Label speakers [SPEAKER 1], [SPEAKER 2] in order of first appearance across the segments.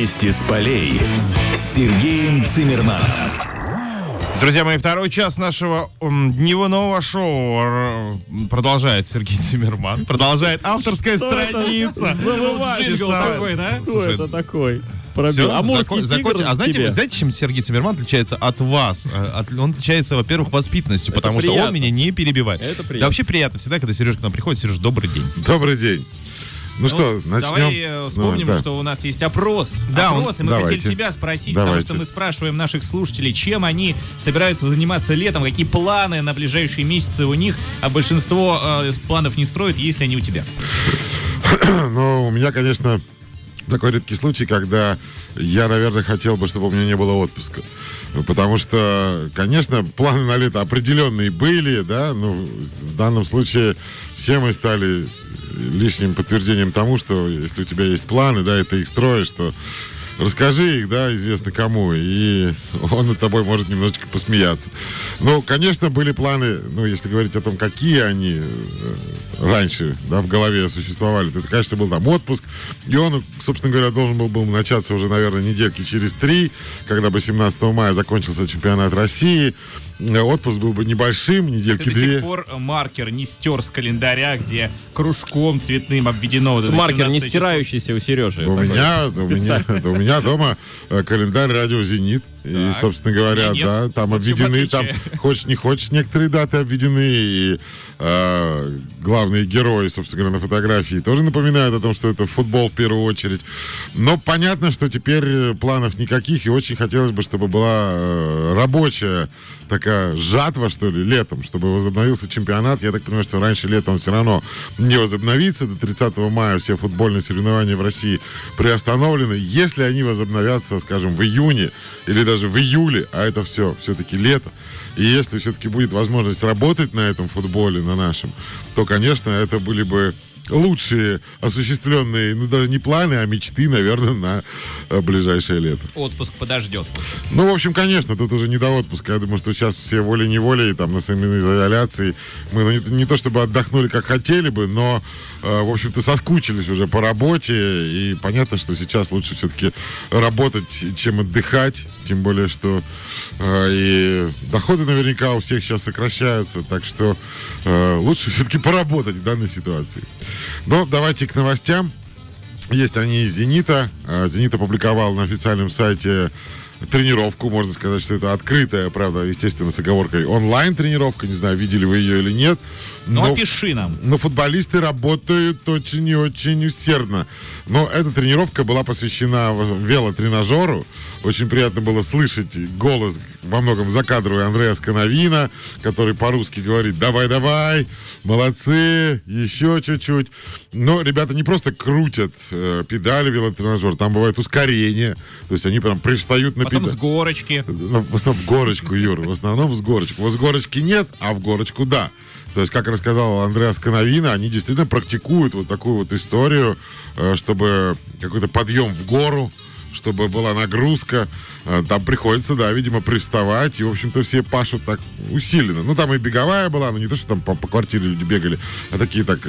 [SPEAKER 1] Вести с полей с Сергеем Циммерманом.
[SPEAKER 2] Друзья мои, второй час нашего дневного шоу продолжает Сергей Циммерман. Продолжает авторская страница.
[SPEAKER 3] Джингл такой, да?
[SPEAKER 4] Кто это такой?
[SPEAKER 2] Все,
[SPEAKER 4] Амурский тигр
[SPEAKER 2] а знаете,
[SPEAKER 4] тебе?
[SPEAKER 2] знаете, чем Сергей Циммерман отличается от вас? Он отличается, во-первых, воспитанностью,
[SPEAKER 4] Это
[SPEAKER 2] потому что
[SPEAKER 4] приятно.
[SPEAKER 2] он меня не перебивает.
[SPEAKER 4] Это приятно.
[SPEAKER 2] Да вообще приятно всегда, когда Сережа к нам приходит. Сереж, добрый день.
[SPEAKER 5] Добрый день. Ну что, начнем.
[SPEAKER 3] Давай вспомним,
[SPEAKER 5] да.
[SPEAKER 3] что у нас есть опрос.
[SPEAKER 2] Да,
[SPEAKER 3] Опрос, и мы
[SPEAKER 5] давайте.
[SPEAKER 3] хотели тебя спросить, потому
[SPEAKER 5] Давайте.
[SPEAKER 3] что мы спрашиваем наших слушателей, чем они собираются заниматься летом, какие планы на ближайшие месяцы у них, а большинство планов не строят, есть ли они у тебя.
[SPEAKER 5] Но у меня, конечно, такой редкий случай, когда я, наверное, хотел бы, чтобы у меня не было отпуска. Потому что, конечно, планы на лето определенные были, да, но в данном случае все мы стали лишним подтверждением тому, что если у тебя есть планы, да, и ты их строишь, то расскажи их, да, известно кому, и он над тобой может немножечко посмеяться. Ну, конечно, были планы, ну, если говорить о том, какие они раньше, да, в голове существовали, то это, конечно, был там отпуск, и он, собственно говоря, должен был начаться уже, наверное, недельки через 3, когда бы 17 мая закончился чемпионат России. Отпуск был бы небольшим, недельки
[SPEAKER 3] Ты до
[SPEAKER 5] 2.
[SPEAKER 3] сих пор маркер не стер с календаря, где кружком цветным обведено. вот это
[SPEAKER 4] Маркер не
[SPEAKER 3] 17 число.
[SPEAKER 4] стирающийся у Сережи.
[SPEAKER 5] У
[SPEAKER 4] такой
[SPEAKER 5] меня, у меня дома календарь радио «Зенит». И, собственно говоря,
[SPEAKER 3] Нет,
[SPEAKER 5] да, там
[SPEAKER 3] вот в чем
[SPEAKER 5] обведены, там,
[SPEAKER 3] отличие.
[SPEAKER 5] хочешь не хочешь, некоторые даты обведены. И главные герои, собственно говоря, на фотографии тоже напоминают о том, что это футбол в первую очередь. Но понятно, что теперь планов никаких. И очень хотелось бы, чтобы была рабочая такая жатва, что ли, летом, чтобы возобновился чемпионат. Я так понимаю, что раньше лета он все равно не возобновится. До 30 мая все футбольные соревнования в России приостановлены. Если они возобновятся, скажем, в июне или даже в июле, а это все-таки лето, и если все-таки будет возможность работать на этом футболе, на нашем, то, конечно, это были бы лучшие осуществленные, ну, даже не планы, а мечты, наверное, на ближайшее лето.
[SPEAKER 3] Отпуск подождет.
[SPEAKER 5] Ну, в общем, конечно, тут уже не до отпуска. Я думаю, что сейчас все волей-неволей, там, на самоизоляции, мы не то чтобы отдохнули, как хотели бы, но, в общем-то, соскучились уже по работе, и понятно, что сейчас лучше все-таки работать, чем отдыхать, тем более, что и доходы наверняка у всех сейчас сокращаются, так что лучше все-таки поработать в данной ситуации. Но давайте к новостям. Есть они из «Зенита». «Зенит» опубликовал на официальном сайте тренировку, можно сказать, что это открытая, правда, естественно, с оговоркой онлайн-тренировка, не знаю, видели вы ее или нет.
[SPEAKER 3] Ну, опиши нам.
[SPEAKER 5] Но футболисты работают очень и очень усердно. Но эта тренировка была посвящена велотренажеру. Очень приятно было слышать голос во многом закадровый Андреа Скановина, который по-русски говорит: давай, молодцы, еще чуть-чуть. Но ребята не просто крутят педали велотренажера, там бывает ускорение, то есть они прям пристают на
[SPEAKER 3] Потом
[SPEAKER 5] педаль.
[SPEAKER 3] с горочки.
[SPEAKER 5] В основном в горочку, Юр, в основном с горочку. Вот с горочки нет, а в горочку да. То есть, как рассказал Андреа Скановина, они действительно практикуют вот такую вот историю, чтобы какой-то подъем в гору, чтобы была нагрузка. Там приходится, да, видимо, привставать. И, в общем-то, все пашут так усиленно. Ну, там и беговая была, но не то, что там по квартире люди бегали, а такие так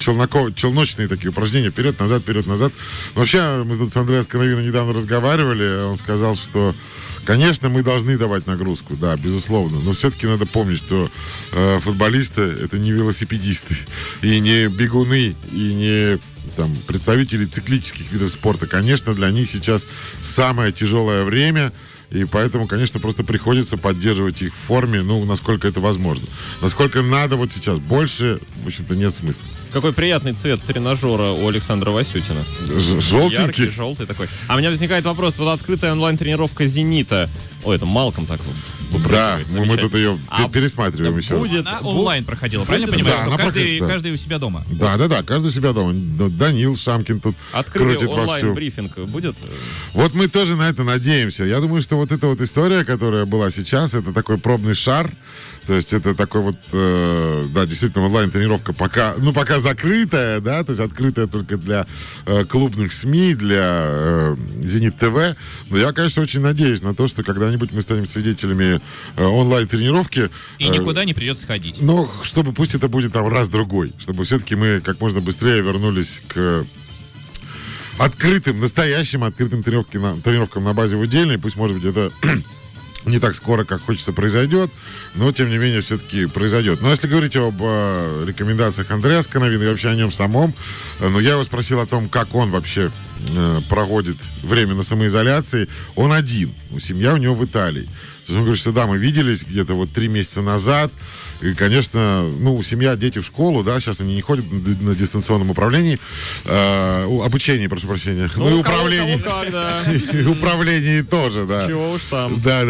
[SPEAKER 5] челночные такие упражнения. Вперед-назад, вперед-назад. Но вообще, мы тут с Андреа Скановино недавно разговаривали. Он сказал, что, конечно, мы должны давать нагрузку, да, безусловно. Но все-таки надо помнить, что футболисты — это не велосипедисты, и не бегуны, и не там представители циклических видов спорта. Конечно, для них сейчас самое тяжелое время, и поэтому, конечно, просто приходится поддерживать их в форме, ну, насколько это возможно. Насколько надо вот сейчас. Больше, в общем-то, нет смысла.
[SPEAKER 4] Какой приятный цвет тренажера у Александра Васютина.
[SPEAKER 5] Желтенький.
[SPEAKER 4] Яркий, желтый такой. А у меня возникает вопрос. Вот открытая онлайн-тренировка «Зенита». Ой, это Малком так
[SPEAKER 5] Да, мы тут ее пересматриваем еще раз.
[SPEAKER 4] будет
[SPEAKER 3] Она онлайн проходила, правильно
[SPEAKER 4] будет,
[SPEAKER 3] понимаю?
[SPEAKER 5] да,
[SPEAKER 3] Что
[SPEAKER 5] она проходит, да.
[SPEAKER 3] каждый у себя дома.
[SPEAKER 5] Да, каждый у себя дома. Данил Шамкин тут
[SPEAKER 4] Открытый
[SPEAKER 5] крутит вовсю.
[SPEAKER 4] онлайн-брифинг будет?
[SPEAKER 5] Вот мы тоже на это надеемся. Я думаю, что вот эта вот история, которая была сейчас, это такой пробный шар. То есть это такой вот, да, действительно, онлайн-тренировка пока закрытая, да, то есть открытая только для клубных СМИ, для «Зенит ТВ». Но я, конечно, очень надеюсь на то, что когда-нибудь мы станем свидетелями онлайн-тренировки.
[SPEAKER 3] И никуда не придется ходить.
[SPEAKER 5] Но чтобы пусть это будет там раз-другой, чтобы все-таки мы как можно быстрее вернулись к открытым, настоящим открытым тренировкам на базе в Удельной. Пусть, может быть, это не так скоро, как хочется, произойдет, но, тем не менее, все-таки произойдет. Но если говорить об рекомендациях Андреа Скановина и вообще о нем самом, я его спросил о том, как он вообще проводит время на самоизоляции. Он один. Семья у него в Италии. То есть он говорит, что да, мы виделись где-то вот 3 месяца назад. И, конечно, семья, дети в школу, да, сейчас они не ходят на дистанционном обучении, прошу прощения. И управлении. И управлении тоже, да.
[SPEAKER 4] Чего уж там.
[SPEAKER 5] Да.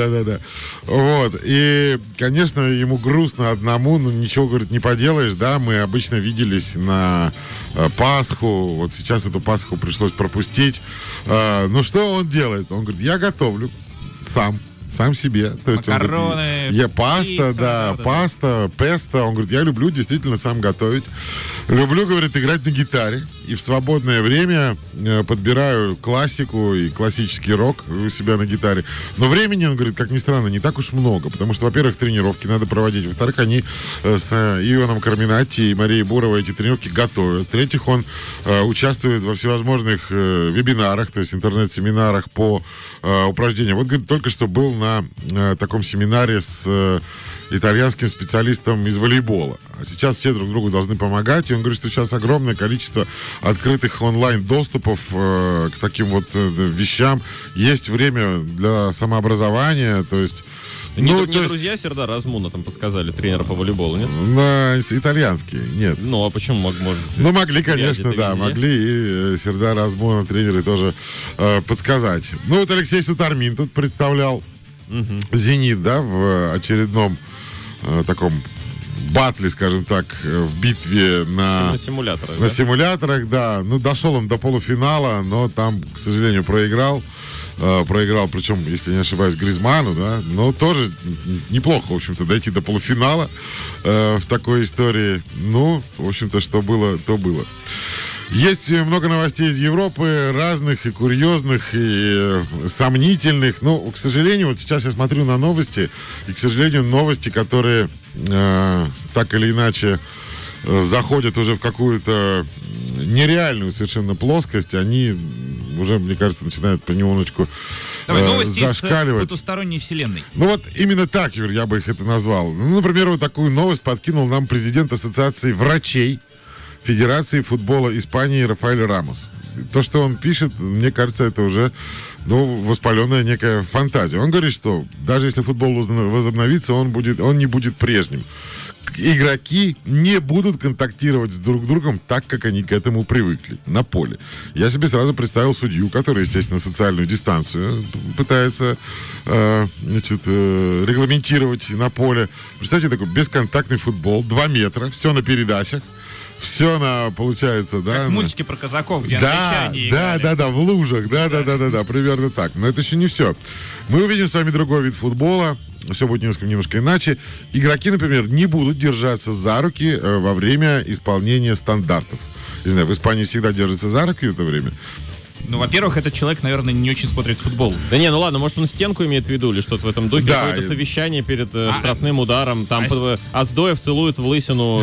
[SPEAKER 5] Вот. И, конечно, ему грустно одному, но ничего, говорит, не поделаешь, да. Мы обычно виделись на Пасху. Вот сейчас эту Пасху пришлось пропустить. Ну, что он делает? Он говорит, я готовлю сам себе. То есть
[SPEAKER 3] макароны,
[SPEAKER 5] он говорит, паста,
[SPEAKER 3] пицца,
[SPEAKER 5] да, паста, песто. Он говорит, я люблю действительно сам готовить. Люблю, говорит, играть на гитаре. И в свободное время подбираю классику и классический рок у себя на гитаре. Но времени, он говорит, как ни странно, не так уж много. Потому что, во-первых, тренировки надо проводить. Во-вторых, они с Ионом Карминатти и Марией Буровой эти тренировки готовят. В-третьих, он участвует во всевозможных вебинарах, то есть интернет-семинарах по упражнениям. Вот, говорит, только что был на таком семинаре с итальянским специалистом из волейбола. А сейчас все друг другу должны помогать. И он говорит, что сейчас огромное количество открытых онлайн-доступов к таким вот вещам. Есть время для самообразования, то есть...
[SPEAKER 4] Друзья Сердара Азмуна там подсказали, тренера по волейболу, нет?
[SPEAKER 5] Итальянские, нет.
[SPEAKER 4] Ну, а почему может...
[SPEAKER 5] могли, конечно, да, могли и Сердара Азмуна, тренеры, тоже подсказать. Вот Алексей Сутармин тут представлял «Зенит», да, в очередном таком батле, скажем так, в битве на
[SPEAKER 4] симуляторах.
[SPEAKER 5] На симуляторах, да. Дошел он до полуфинала, но там, к сожалению, проиграл. Причем, если не ошибаюсь, Гризману, да. Но тоже неплохо, в общем-то, дойти до полуфинала в такой истории. В общем-то, что было, то было. Есть много новостей из Европы, разных и курьезных, и сомнительных. Но, к сожалению, вот сейчас я смотрю на новости, и, к сожалению, новости, которые так или иначе заходят уже в какую-то нереальную совершенно плоскость, они уже, мне кажется, начинают понемножечку
[SPEAKER 3] новости
[SPEAKER 5] зашкаливать.
[SPEAKER 3] Из потусторонней вселенной.
[SPEAKER 5] Вот именно так, Юр, я бы их это назвал. Например, вот такую новость подкинул нам президент Ассоциации врачей Федерации футбола Испании Рафаэль Рамос. То, что он пишет, мне кажется, это уже воспаленная некая фантазия. Он говорит, что даже если футбол возобновится, он не будет прежним. Игроки не будут контактировать с друг другом так, как они к этому привыкли на поле. Я себе сразу представил судью, который, естественно, социальную дистанцию пытается регламентировать на поле. Представьте, такой бесконтактный футбол, 2 метра, все на передачах. Все получается, да.
[SPEAKER 3] Как в мультике про казаков, где англичане играли.
[SPEAKER 5] Да, в лужах, да, примерно так. Но это еще не все. Мы увидим с вами другой вид футбола. Все будет немножко иначе. Игроки, например, не будут держаться за руки во время исполнения стандартов. Не знаю, в Испании всегда держатся за руки в это время.
[SPEAKER 3] Во-первых, этот человек, наверное, не очень смотрит футбол.
[SPEAKER 4] Да не, ладно, может, он стеку имеет в виду или что-то в этом духе.
[SPEAKER 5] Да,
[SPEAKER 4] какое-то совещание перед штрафным ударом. Там Аздоев целует в лысину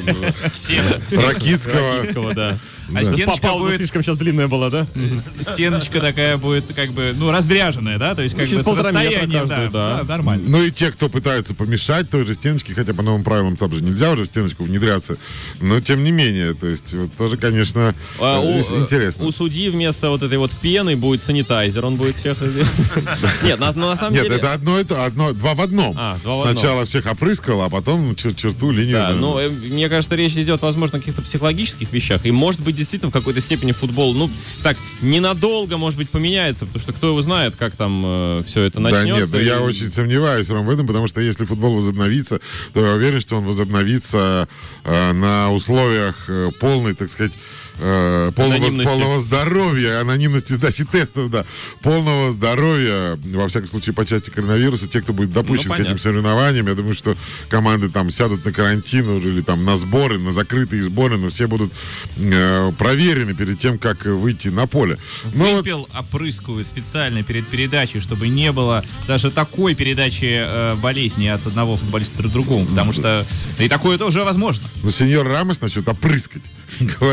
[SPEAKER 5] Ракитского,
[SPEAKER 4] да.
[SPEAKER 3] А стеночка
[SPEAKER 4] Пауза
[SPEAKER 3] будет...
[SPEAKER 4] слишком сейчас длинная была, да?
[SPEAKER 3] Стеночка такая будет, разряженная, да? То есть, как бы с расстоянием, да, нормально.
[SPEAKER 5] И те, кто пытаются помешать той же стеночке, хотя по новым правилам там же нельзя уже в стеночку внедряться, но тем не менее, то есть, вот тоже, конечно, интересно.
[SPEAKER 4] У судьи вместо вот этой вот пены будет санитайзер, он будет всех... Нет, на самом деле...
[SPEAKER 5] Нет, это два в одном. Сначала всех опрыскал, а потом черту, линию...
[SPEAKER 4] Да, мне кажется, речь идет, возможно, о каких-то психологических вещах, и, может быть, действительно, в какой-то степени футбол, ненадолго, может быть, поменяется, потому что кто его знает, как там все это начнется.
[SPEAKER 5] Да нет, я очень сомневаюсь в этом, потому что если футбол возобновится, то я уверен, что он возобновится на условиях полной, так сказать, полного здоровья, анонимности сдачи тестов, да, полного здоровья, во всяком случае, по части коронавируса, те, кто будет допущен к этим соревнованиям, я думаю, что команды там сядут на карантин уже или там на сборы, на закрытые сборы, но все будут проверены перед тем, как выйти на поле.
[SPEAKER 3] Выпил опрыскивают специально перед передачей, чтобы не было даже такой передачи болезни от одного футболиста к другому, потому что и такое тоже возможно.
[SPEAKER 5] Но сеньор Рамос насчет опрыскать говорит совершенно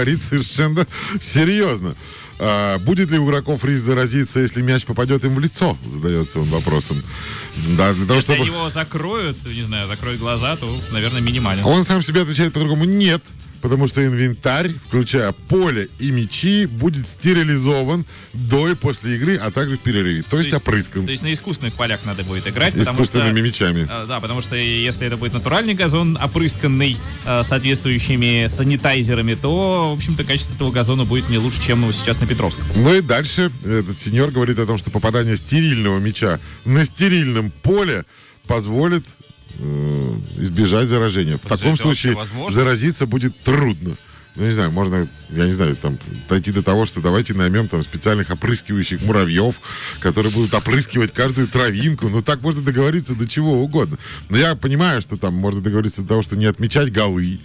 [SPEAKER 5] совершенно серьезно. Будет ли у игроков риск заразиться, если мяч попадет им в лицо? Задается он вопросом. Да, для того,
[SPEAKER 3] Если
[SPEAKER 5] чтобы...
[SPEAKER 3] его закроют, не знаю, закроют глаза, то, наверное, минимален.
[SPEAKER 5] Он сам себе отвечает по-другому: нет. Потому что инвентарь, включая поле и мячи, будет стерилизован до и после игры, а также в перерыве. То есть опрыскан.
[SPEAKER 3] То есть на искусственных полях надо будет играть. Потому
[SPEAKER 5] Искусственными мячами.
[SPEAKER 3] Да, потому что если это будет натуральный газон, опрысканный соответствующими санитайзерами, то, в общем-то, качество этого газона будет не лучше, чем сейчас на Петровском.
[SPEAKER 5] Ну и дальше этот сеньор говорит о том, что попадание стерильного мяча на стерильном поле позволит избежать заражения. В таком случае заразиться будет трудно. Ну, не знаю, можно, я не знаю, там, дойти до того, что давайте наймем там специальных опрыскивающих муравьев, которые будут опрыскивать каждую травинку. Ну, так можно договориться до чего угодно. Но я понимаю, что там можно договориться до того, что не отмечать голы.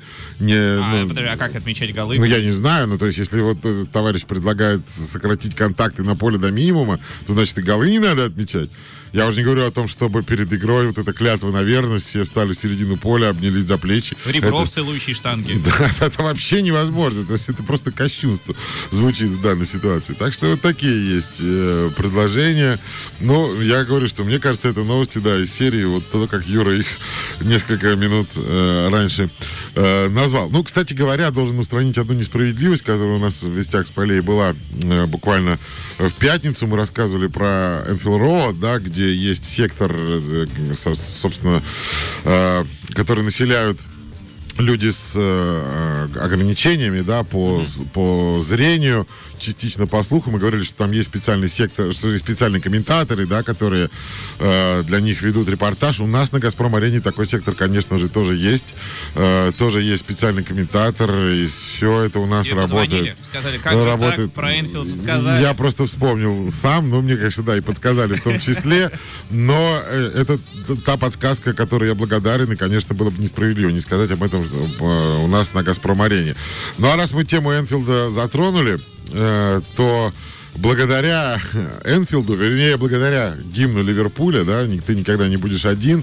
[SPEAKER 3] А как отмечать голы?
[SPEAKER 5] Ну, я не знаю. Ну, то есть, если вот товарищ предлагает сократить контакты на поле до минимума, то, значит, и голы не надо отмечать. Я уже не говорю о том, чтобы перед игрой вот эта клятва на верность, все встали в середину поля, обнялись за плечи.
[SPEAKER 3] Ребров, целующие штанги.
[SPEAKER 5] Да, это вообще невозможно. То есть это просто кощунство звучит в данной ситуации. Так что вот такие есть предложения. Но я говорю, что мне кажется, это новости, да, из серии вот то, как Юра их несколько минут раньше назвал. Ну, кстати говоря, должен устранить одну несправедливость, которая у нас в «Вестях с полей» была буквально в пятницу. Мы рассказывали про Энфилд Роуд, да, где есть сектор, собственно, который населяют люди с ограничениями, да, по зрению, частично по слуху. Мы говорили, что там есть специальный сектор, что есть специальные комментаторы, да, которые для них ведут репортаж. У нас на «Газпром-арене» такой сектор, конечно же, тоже есть. Тоже есть специальный комментатор, и все это у нас работает.
[SPEAKER 3] Сказали, как же работает. Так, про Энфилд сказали.
[SPEAKER 5] Я просто вспомнил сам, но мне, конечно, да, и подсказали в том числе. Но это та подсказка, которой я благодарен, и, конечно, было бы несправедливо не сказать об этом у нас на «Газпром-арене». Ну, а раз мы тему Энфилда затронули, то благодаря Энфилду, вернее, благодаря гимну Ливерпуля, да, «Ты никогда не будешь один»,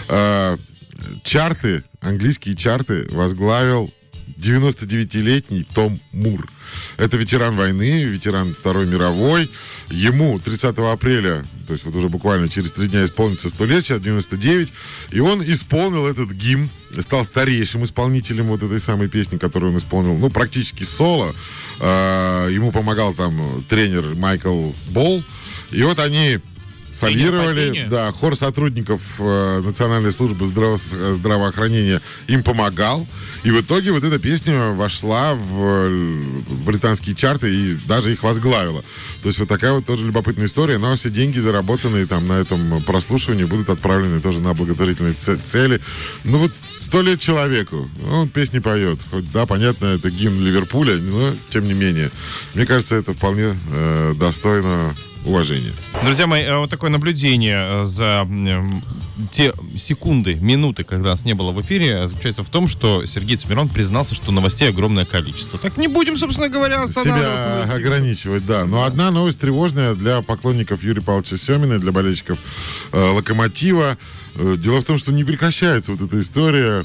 [SPEAKER 5] чарты, английские чарты возглавил 99-летний Том Мур. Это ветеран войны, ветеран Второй мировой. Ему 30 апреля, то есть вот уже буквально через 3 дня исполнится 100 лет, сейчас 99. И он исполнил этот гимн, стал старейшим исполнителем вот этой самой песни, которую он исполнил, ну, практически соло. Ему помогал там тренер Майкл Болл. И вот они солировали, да, хор сотрудников Национальной службы здравоохранения им помогал. И в итоге вот эта песня вошла в британские чарты и даже их возглавила. То есть вот такая вот тоже любопытная история. Но все деньги, заработанные там на этом прослушивании, будут отправлены тоже на благотворительные цели. Ну вот 100 лет человеку. Он песни поет. Хоть, да, понятно, это гимн Ливерпуля, но тем не менее. Мне кажется, это вполне достойно уважения.
[SPEAKER 2] Друзья мои, вот такое наблюдение за те секунды, минуты, когда нас не было в эфире, заключается в том, что Сергей Цимерман признался, что новостей огромное количество. Так не будем, собственно говоря, останавливаться.
[SPEAKER 5] Себя ограничивать, да. Но одна новость тревожная для поклонников Юрия Павловича Семина, для болельщиков «Локомотива». Дело в том, что не прекращается вот эта история,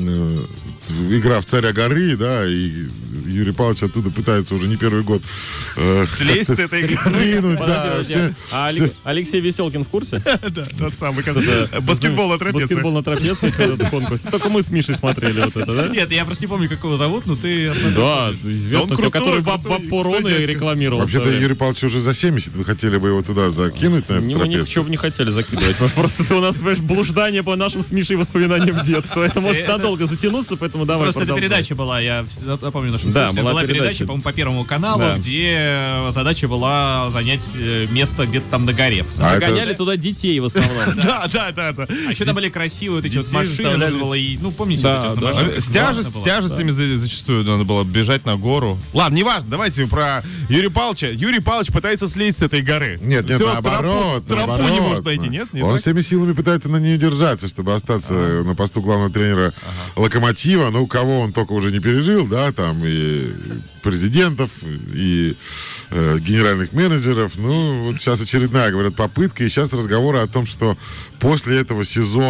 [SPEAKER 5] игра в «Царя горы», да, и Юрий Павлович оттуда пытается уже не первый год
[SPEAKER 2] слезть с этой
[SPEAKER 5] игры.
[SPEAKER 4] А Алексей Веселкин в курсе?
[SPEAKER 2] Да, тот самый, баскетбол на трапеции.
[SPEAKER 4] Баскетбол на трапеции, этот конкурс. Только мы с Мишей смотрели вот это, да?
[SPEAKER 3] Нет, я просто не помню, как его зовут, но ты...
[SPEAKER 4] Да, известно все, который Вапороны рекламировал.
[SPEAKER 5] Вообще-то Юрий Павлович уже за 70, вы хотели бы его туда закинуть, на эту трапецию?
[SPEAKER 4] Мы ничего бы не хотели закидывать. Просто у нас, понимаешь, блуждание по нашим с Мишей воспоминаниям детства. Это может надолго затянуться, поэтому давай
[SPEAKER 3] просто
[SPEAKER 4] продолжим.
[SPEAKER 3] Эта передача была, я напомню нашим слушателям, была передача, по-моему, по Первому каналу, да, где задача была занять место где-то там на горе.
[SPEAKER 4] Загоняли туда детей в основном.
[SPEAKER 3] Да. А еще там были красивые вот эти вот машины, нужно было, ну, помните,
[SPEAKER 2] с тяжестями зачастую надо было бежать на гору. Ладно, неважно, давайте про Юрия Павловича. Юрий Павлович пытается слезть с этой горы.
[SPEAKER 5] Нет, наоборот.
[SPEAKER 2] Тропу не может найти, нет?
[SPEAKER 5] Он всеми силами пытается на ней удержаться, чтобы остаться на посту главного тренера «Локомотива». Ну, кого он только уже не пережил, да, там и президентов, и генеральных менеджеров. Ну, вот сейчас очередная, говорят, попытка. И сейчас разговоры о том, что после этого сезона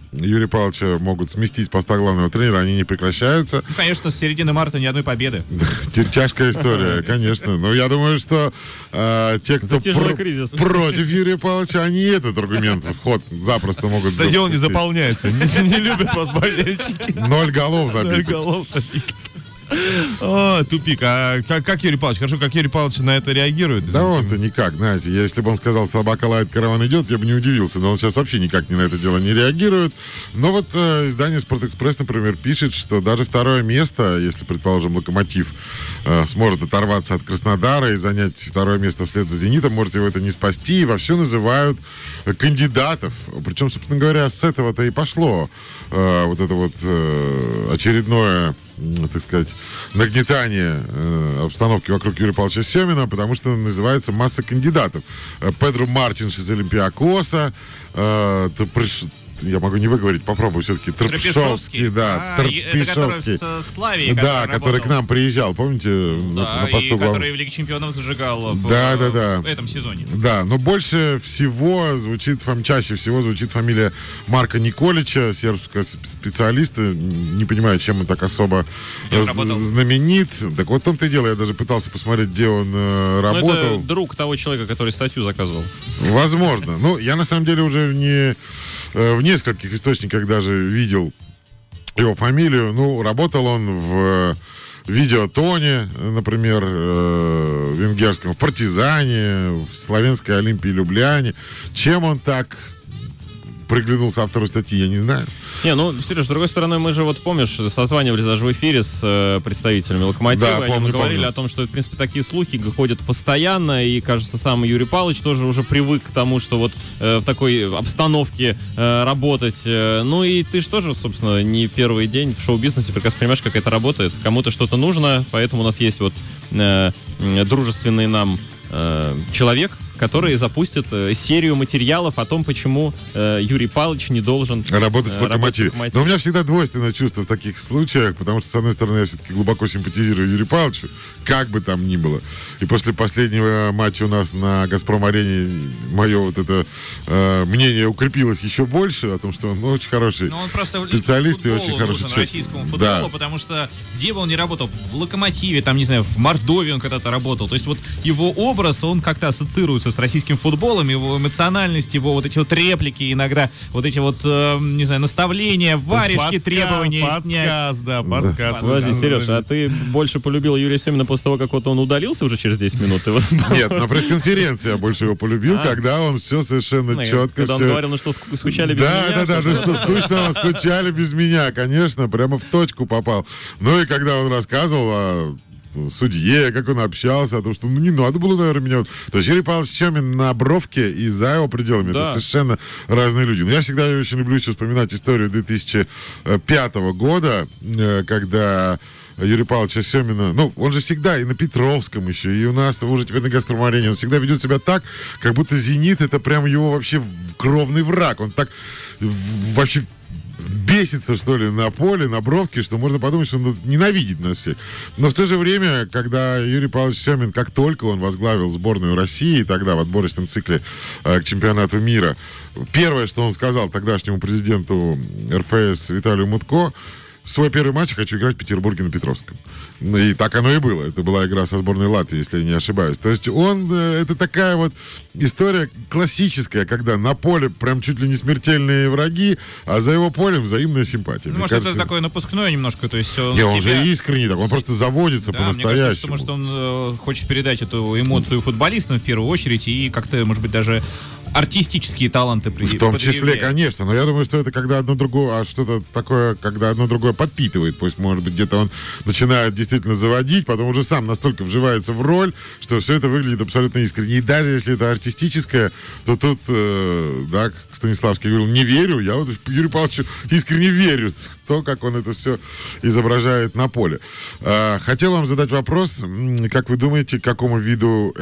[SPEAKER 5] Юрия Павловича могут сместить с поста главного тренера, они не прекращаются.
[SPEAKER 3] Ну, конечно, с середины марта ни одной победы.
[SPEAKER 5] Тяжкая история, конечно. Но я думаю, что те, кто против Юрия Павловича, они этот аргумент в ход запросто могут запустить.
[SPEAKER 2] Стадион не заполняется. Не любят вас болельщики.
[SPEAKER 5] 0 голов забитых.
[SPEAKER 2] 0 голов забитых. О, тупик. А как Юрий Павлович? Хорошо, как Юрий Павлович на это реагирует?
[SPEAKER 5] Да он-то никак, знаете. Если бы он сказал, собака лает, караван идет, я бы не удивился. Но он сейчас вообще никак на это дело не реагирует. Но вот издание «Спортэкспресс», например, пишет, что даже второе место, если, предположим, «Локомотив» сможет оторваться от Краснодара и занять второе место вслед за «Зенитом», может его это не спасти. И вовсю называют кандидатов. Причем, собственно говоря, с этого-то и пошло вот это вот очередное, так сказать, нагнетание обстановки вокруг Юрия Павловича Семина, потому что называется масса кандидатов. Педро Мартинш из Олимпиакоса, я могу не выговорить, попробую все-таки. Трпишовский, да, Трпишовский.
[SPEAKER 3] Это Славии,
[SPEAKER 5] да, который к нам приезжал, помните,
[SPEAKER 3] да,
[SPEAKER 5] на посту главного.
[SPEAKER 3] Который в Лиге Чемпионов зажигал в этом сезоне.
[SPEAKER 5] Да, но больше всего чаще всего звучит фамилия Марка Николича, сербского специалиста. Не понимаю, чем он так особо знаменит. Так вот в том-то и дело, я даже пытался посмотреть, где он работал.
[SPEAKER 4] Это друг того человека, который статью заказывал.
[SPEAKER 5] Возможно. Ну, я на самом деле уже в нескольких источниках даже видел его фамилию. Ну, работал он в Видеотоне, например, венгерском, в Партизане, в Славянской Олимпии Любляне. Чем он так приглянулся автору статьи, я не знаю.
[SPEAKER 4] Не, ну, Сереж, с другой стороны, мы же, вот помнишь, созванивались даже в эфире с представителями «Локомотива»,
[SPEAKER 5] да,
[SPEAKER 4] они говорили о том, что, в принципе, такие слухи ходят постоянно, и, кажется, сам Юрий Павлович тоже уже привык к тому, что вот в такой обстановке работать. Ну, и ты же тоже, собственно, не первый день в шоу-бизнесе прекрасно понимаешь, как это работает. Кому-то что-то нужно, поэтому у нас есть вот дружественный нам человек, который запустит серию материалов о том, почему Юрий Павлович не должен
[SPEAKER 5] работать в «Локомотиве». Но у меня всегда двойственное чувство в таких случаях, потому что, с одной стороны, я все-таки глубоко симпатизирую Юрию Павловичу, как бы там ни было. И после последнего матча у нас на «Газпром-арене» мое вот это мнение укрепилось еще больше о том, что он очень хороший специалист и очень хороший человек.
[SPEAKER 3] Российскому футболу, потому что где бы он ни работал, в «Локомотиве», там, не знаю, в Мордовии он когда-то работал. То есть вот его образ, он как-то ассоциируется с российским футболом, его эмоциональность, его вот эти вот реплики, иногда вот эти вот, не знаю, наставления, варежки, требования снять.
[SPEAKER 2] Подсказ.
[SPEAKER 4] Подожди, Сереж, а ты больше полюбил Юрия Семина после того, как вот он удалился уже через 10 минут?
[SPEAKER 5] Нет, на пресс-конференции я больше его полюбил, когда он все совершенно четко...
[SPEAKER 4] Когда он говорил, ну что, скучали без меня?
[SPEAKER 5] Да, ну что, скучно, скучали без меня, конечно, прямо в точку попал. Ну и когда он рассказывал о судье, как он общался, о том, что не надо было, наверное, меня... То есть Юрий Павлович Семин на Бровке и за его пределами. Да. Это совершенно разные люди. Но я всегда очень люблю еще вспоминать историю 2005 года, когда Юрия Павловича Семина, ну, он же всегда и на Петровском еще, и у нас уже теперь на «Газпром-арене», он всегда ведет себя так, как будто «Зенит» — это прям его вообще кровный враг. Он так вообще бесится, что ли, на поле, на Бровке, что можно подумать, что он ненавидит нас всех. Но в то же время, когда Юрий Павлович Семин, как только он возглавил сборную России, тогда в отборочном цикле к чемпионату мира, первое, что он сказал тогдашнему президенту РФС Виталию Мутко: в свой первый матч хочу играть в Петербурге на Петровском. И так оно и было. Это была игра со сборной Латвии, если я не ошибаюсь. То есть это такая вот история классическая, когда на поле прям чуть ли не смертельные враги, а за его полем взаимная симпатия.
[SPEAKER 3] Ну, может, кажется, это такое напускное немножко, то есть
[SPEAKER 5] он же искренний, так, он просто заводится по-настоящему.
[SPEAKER 3] Мне кажется, что он хочет передать эту эмоцию футболистам в первую очередь и как-то, может быть, даже артистические таланты
[SPEAKER 5] в том числе, конечно. Но я думаю, что это когда одно другое, что-то такое, когда одно другое подпитывает. Пусть, может быть, где-то он начинает действительно заводить, потом уже сам настолько вживается в роль, что все это выглядит абсолютно искренне. И даже если это артистическое, то тут, да, как Станиславский говорил, не верю. Я вот Юрию Павловичу искренне верю в то, как он это все изображает на поле. Хотел вам задать вопрос. Как вы думаете, к какому виду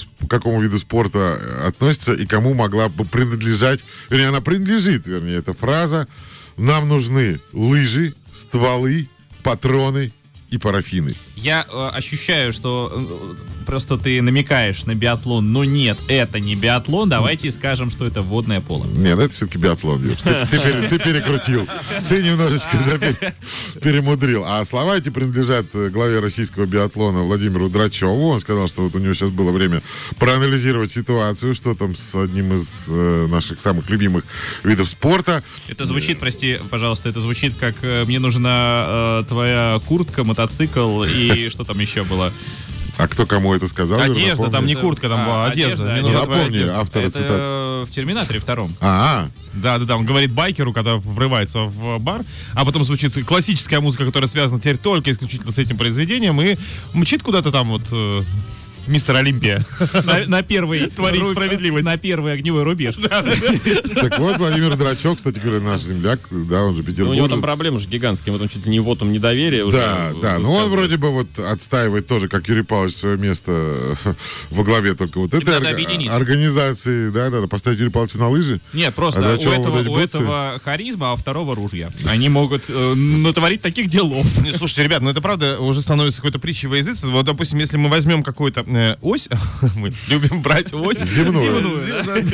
[SPEAKER 5] спорта относится и кому могла бы принадлежать, вернее, она принадлежит, эта фраза: нам нужны лыжи, стволы, патроны и парафины.
[SPEAKER 3] Я ощущаю, что просто ты намекаешь на биатлон, но нет, это не биатлон. Давайте скажем, что это водное поло.
[SPEAKER 5] Нет, это все-таки биатлон, Юр. Ты перекрутил. Ты немножечко перемудрил. А слова эти принадлежат главе российского биатлона Владимиру Драчеву. Он сказал, что вот у него сейчас было время проанализировать ситуацию, что там с одним из наших самых любимых видов спорта.
[SPEAKER 3] Это звучит, прости, пожалуйста, это звучит как «мне нужна твоя куртка, мотоцикл» и что там еще было?
[SPEAKER 5] А кто кому это сказал? Юр,
[SPEAKER 2] Одежда,
[SPEAKER 5] напомни.
[SPEAKER 2] там не куртка, там была одежда. Мне нужна твоя
[SPEAKER 5] Напомни
[SPEAKER 2] одежда.
[SPEAKER 5] автора цитат.
[SPEAKER 3] Это в «Терминаторе» 2.
[SPEAKER 2] Да, он говорит байкеру, когда врывается в бар, а потом звучит классическая музыка, которая связана теперь только исключительно с этим произведением, и мчит куда-то там вот мистер Олимпия.
[SPEAKER 3] На первый
[SPEAKER 2] Творить справедливость.
[SPEAKER 3] На первый огневой рубеж.
[SPEAKER 5] Так вот, Владимир Драчев, кстати говоря, наш земляк, да, он же
[SPEAKER 4] Ну, у
[SPEAKER 5] петербуржец.
[SPEAKER 4] него там проблемы же гигантские, вот он чуть ли не вотум недоверия уже.
[SPEAKER 5] Да, но он вроде бы вот отстаивает тоже, как Юрий Павлович, свое место во главе только вот этой
[SPEAKER 3] надо объединиться.
[SPEAKER 5] организации, да, поставить Юрия Павловича на лыжи.
[SPEAKER 3] Нет, просто
[SPEAKER 5] А Драчева вот эти
[SPEAKER 3] у
[SPEAKER 5] бутсы?
[SPEAKER 3] этого харизма, а у второго ружья. Они могут натворить таких делов.
[SPEAKER 2] Не, слушайте, ребят, ну это правда уже становится какой-то притчей во языце. Вот, допустим, если мы возьмем какую-то ось, мы любим брать ось.
[SPEAKER 5] Земную.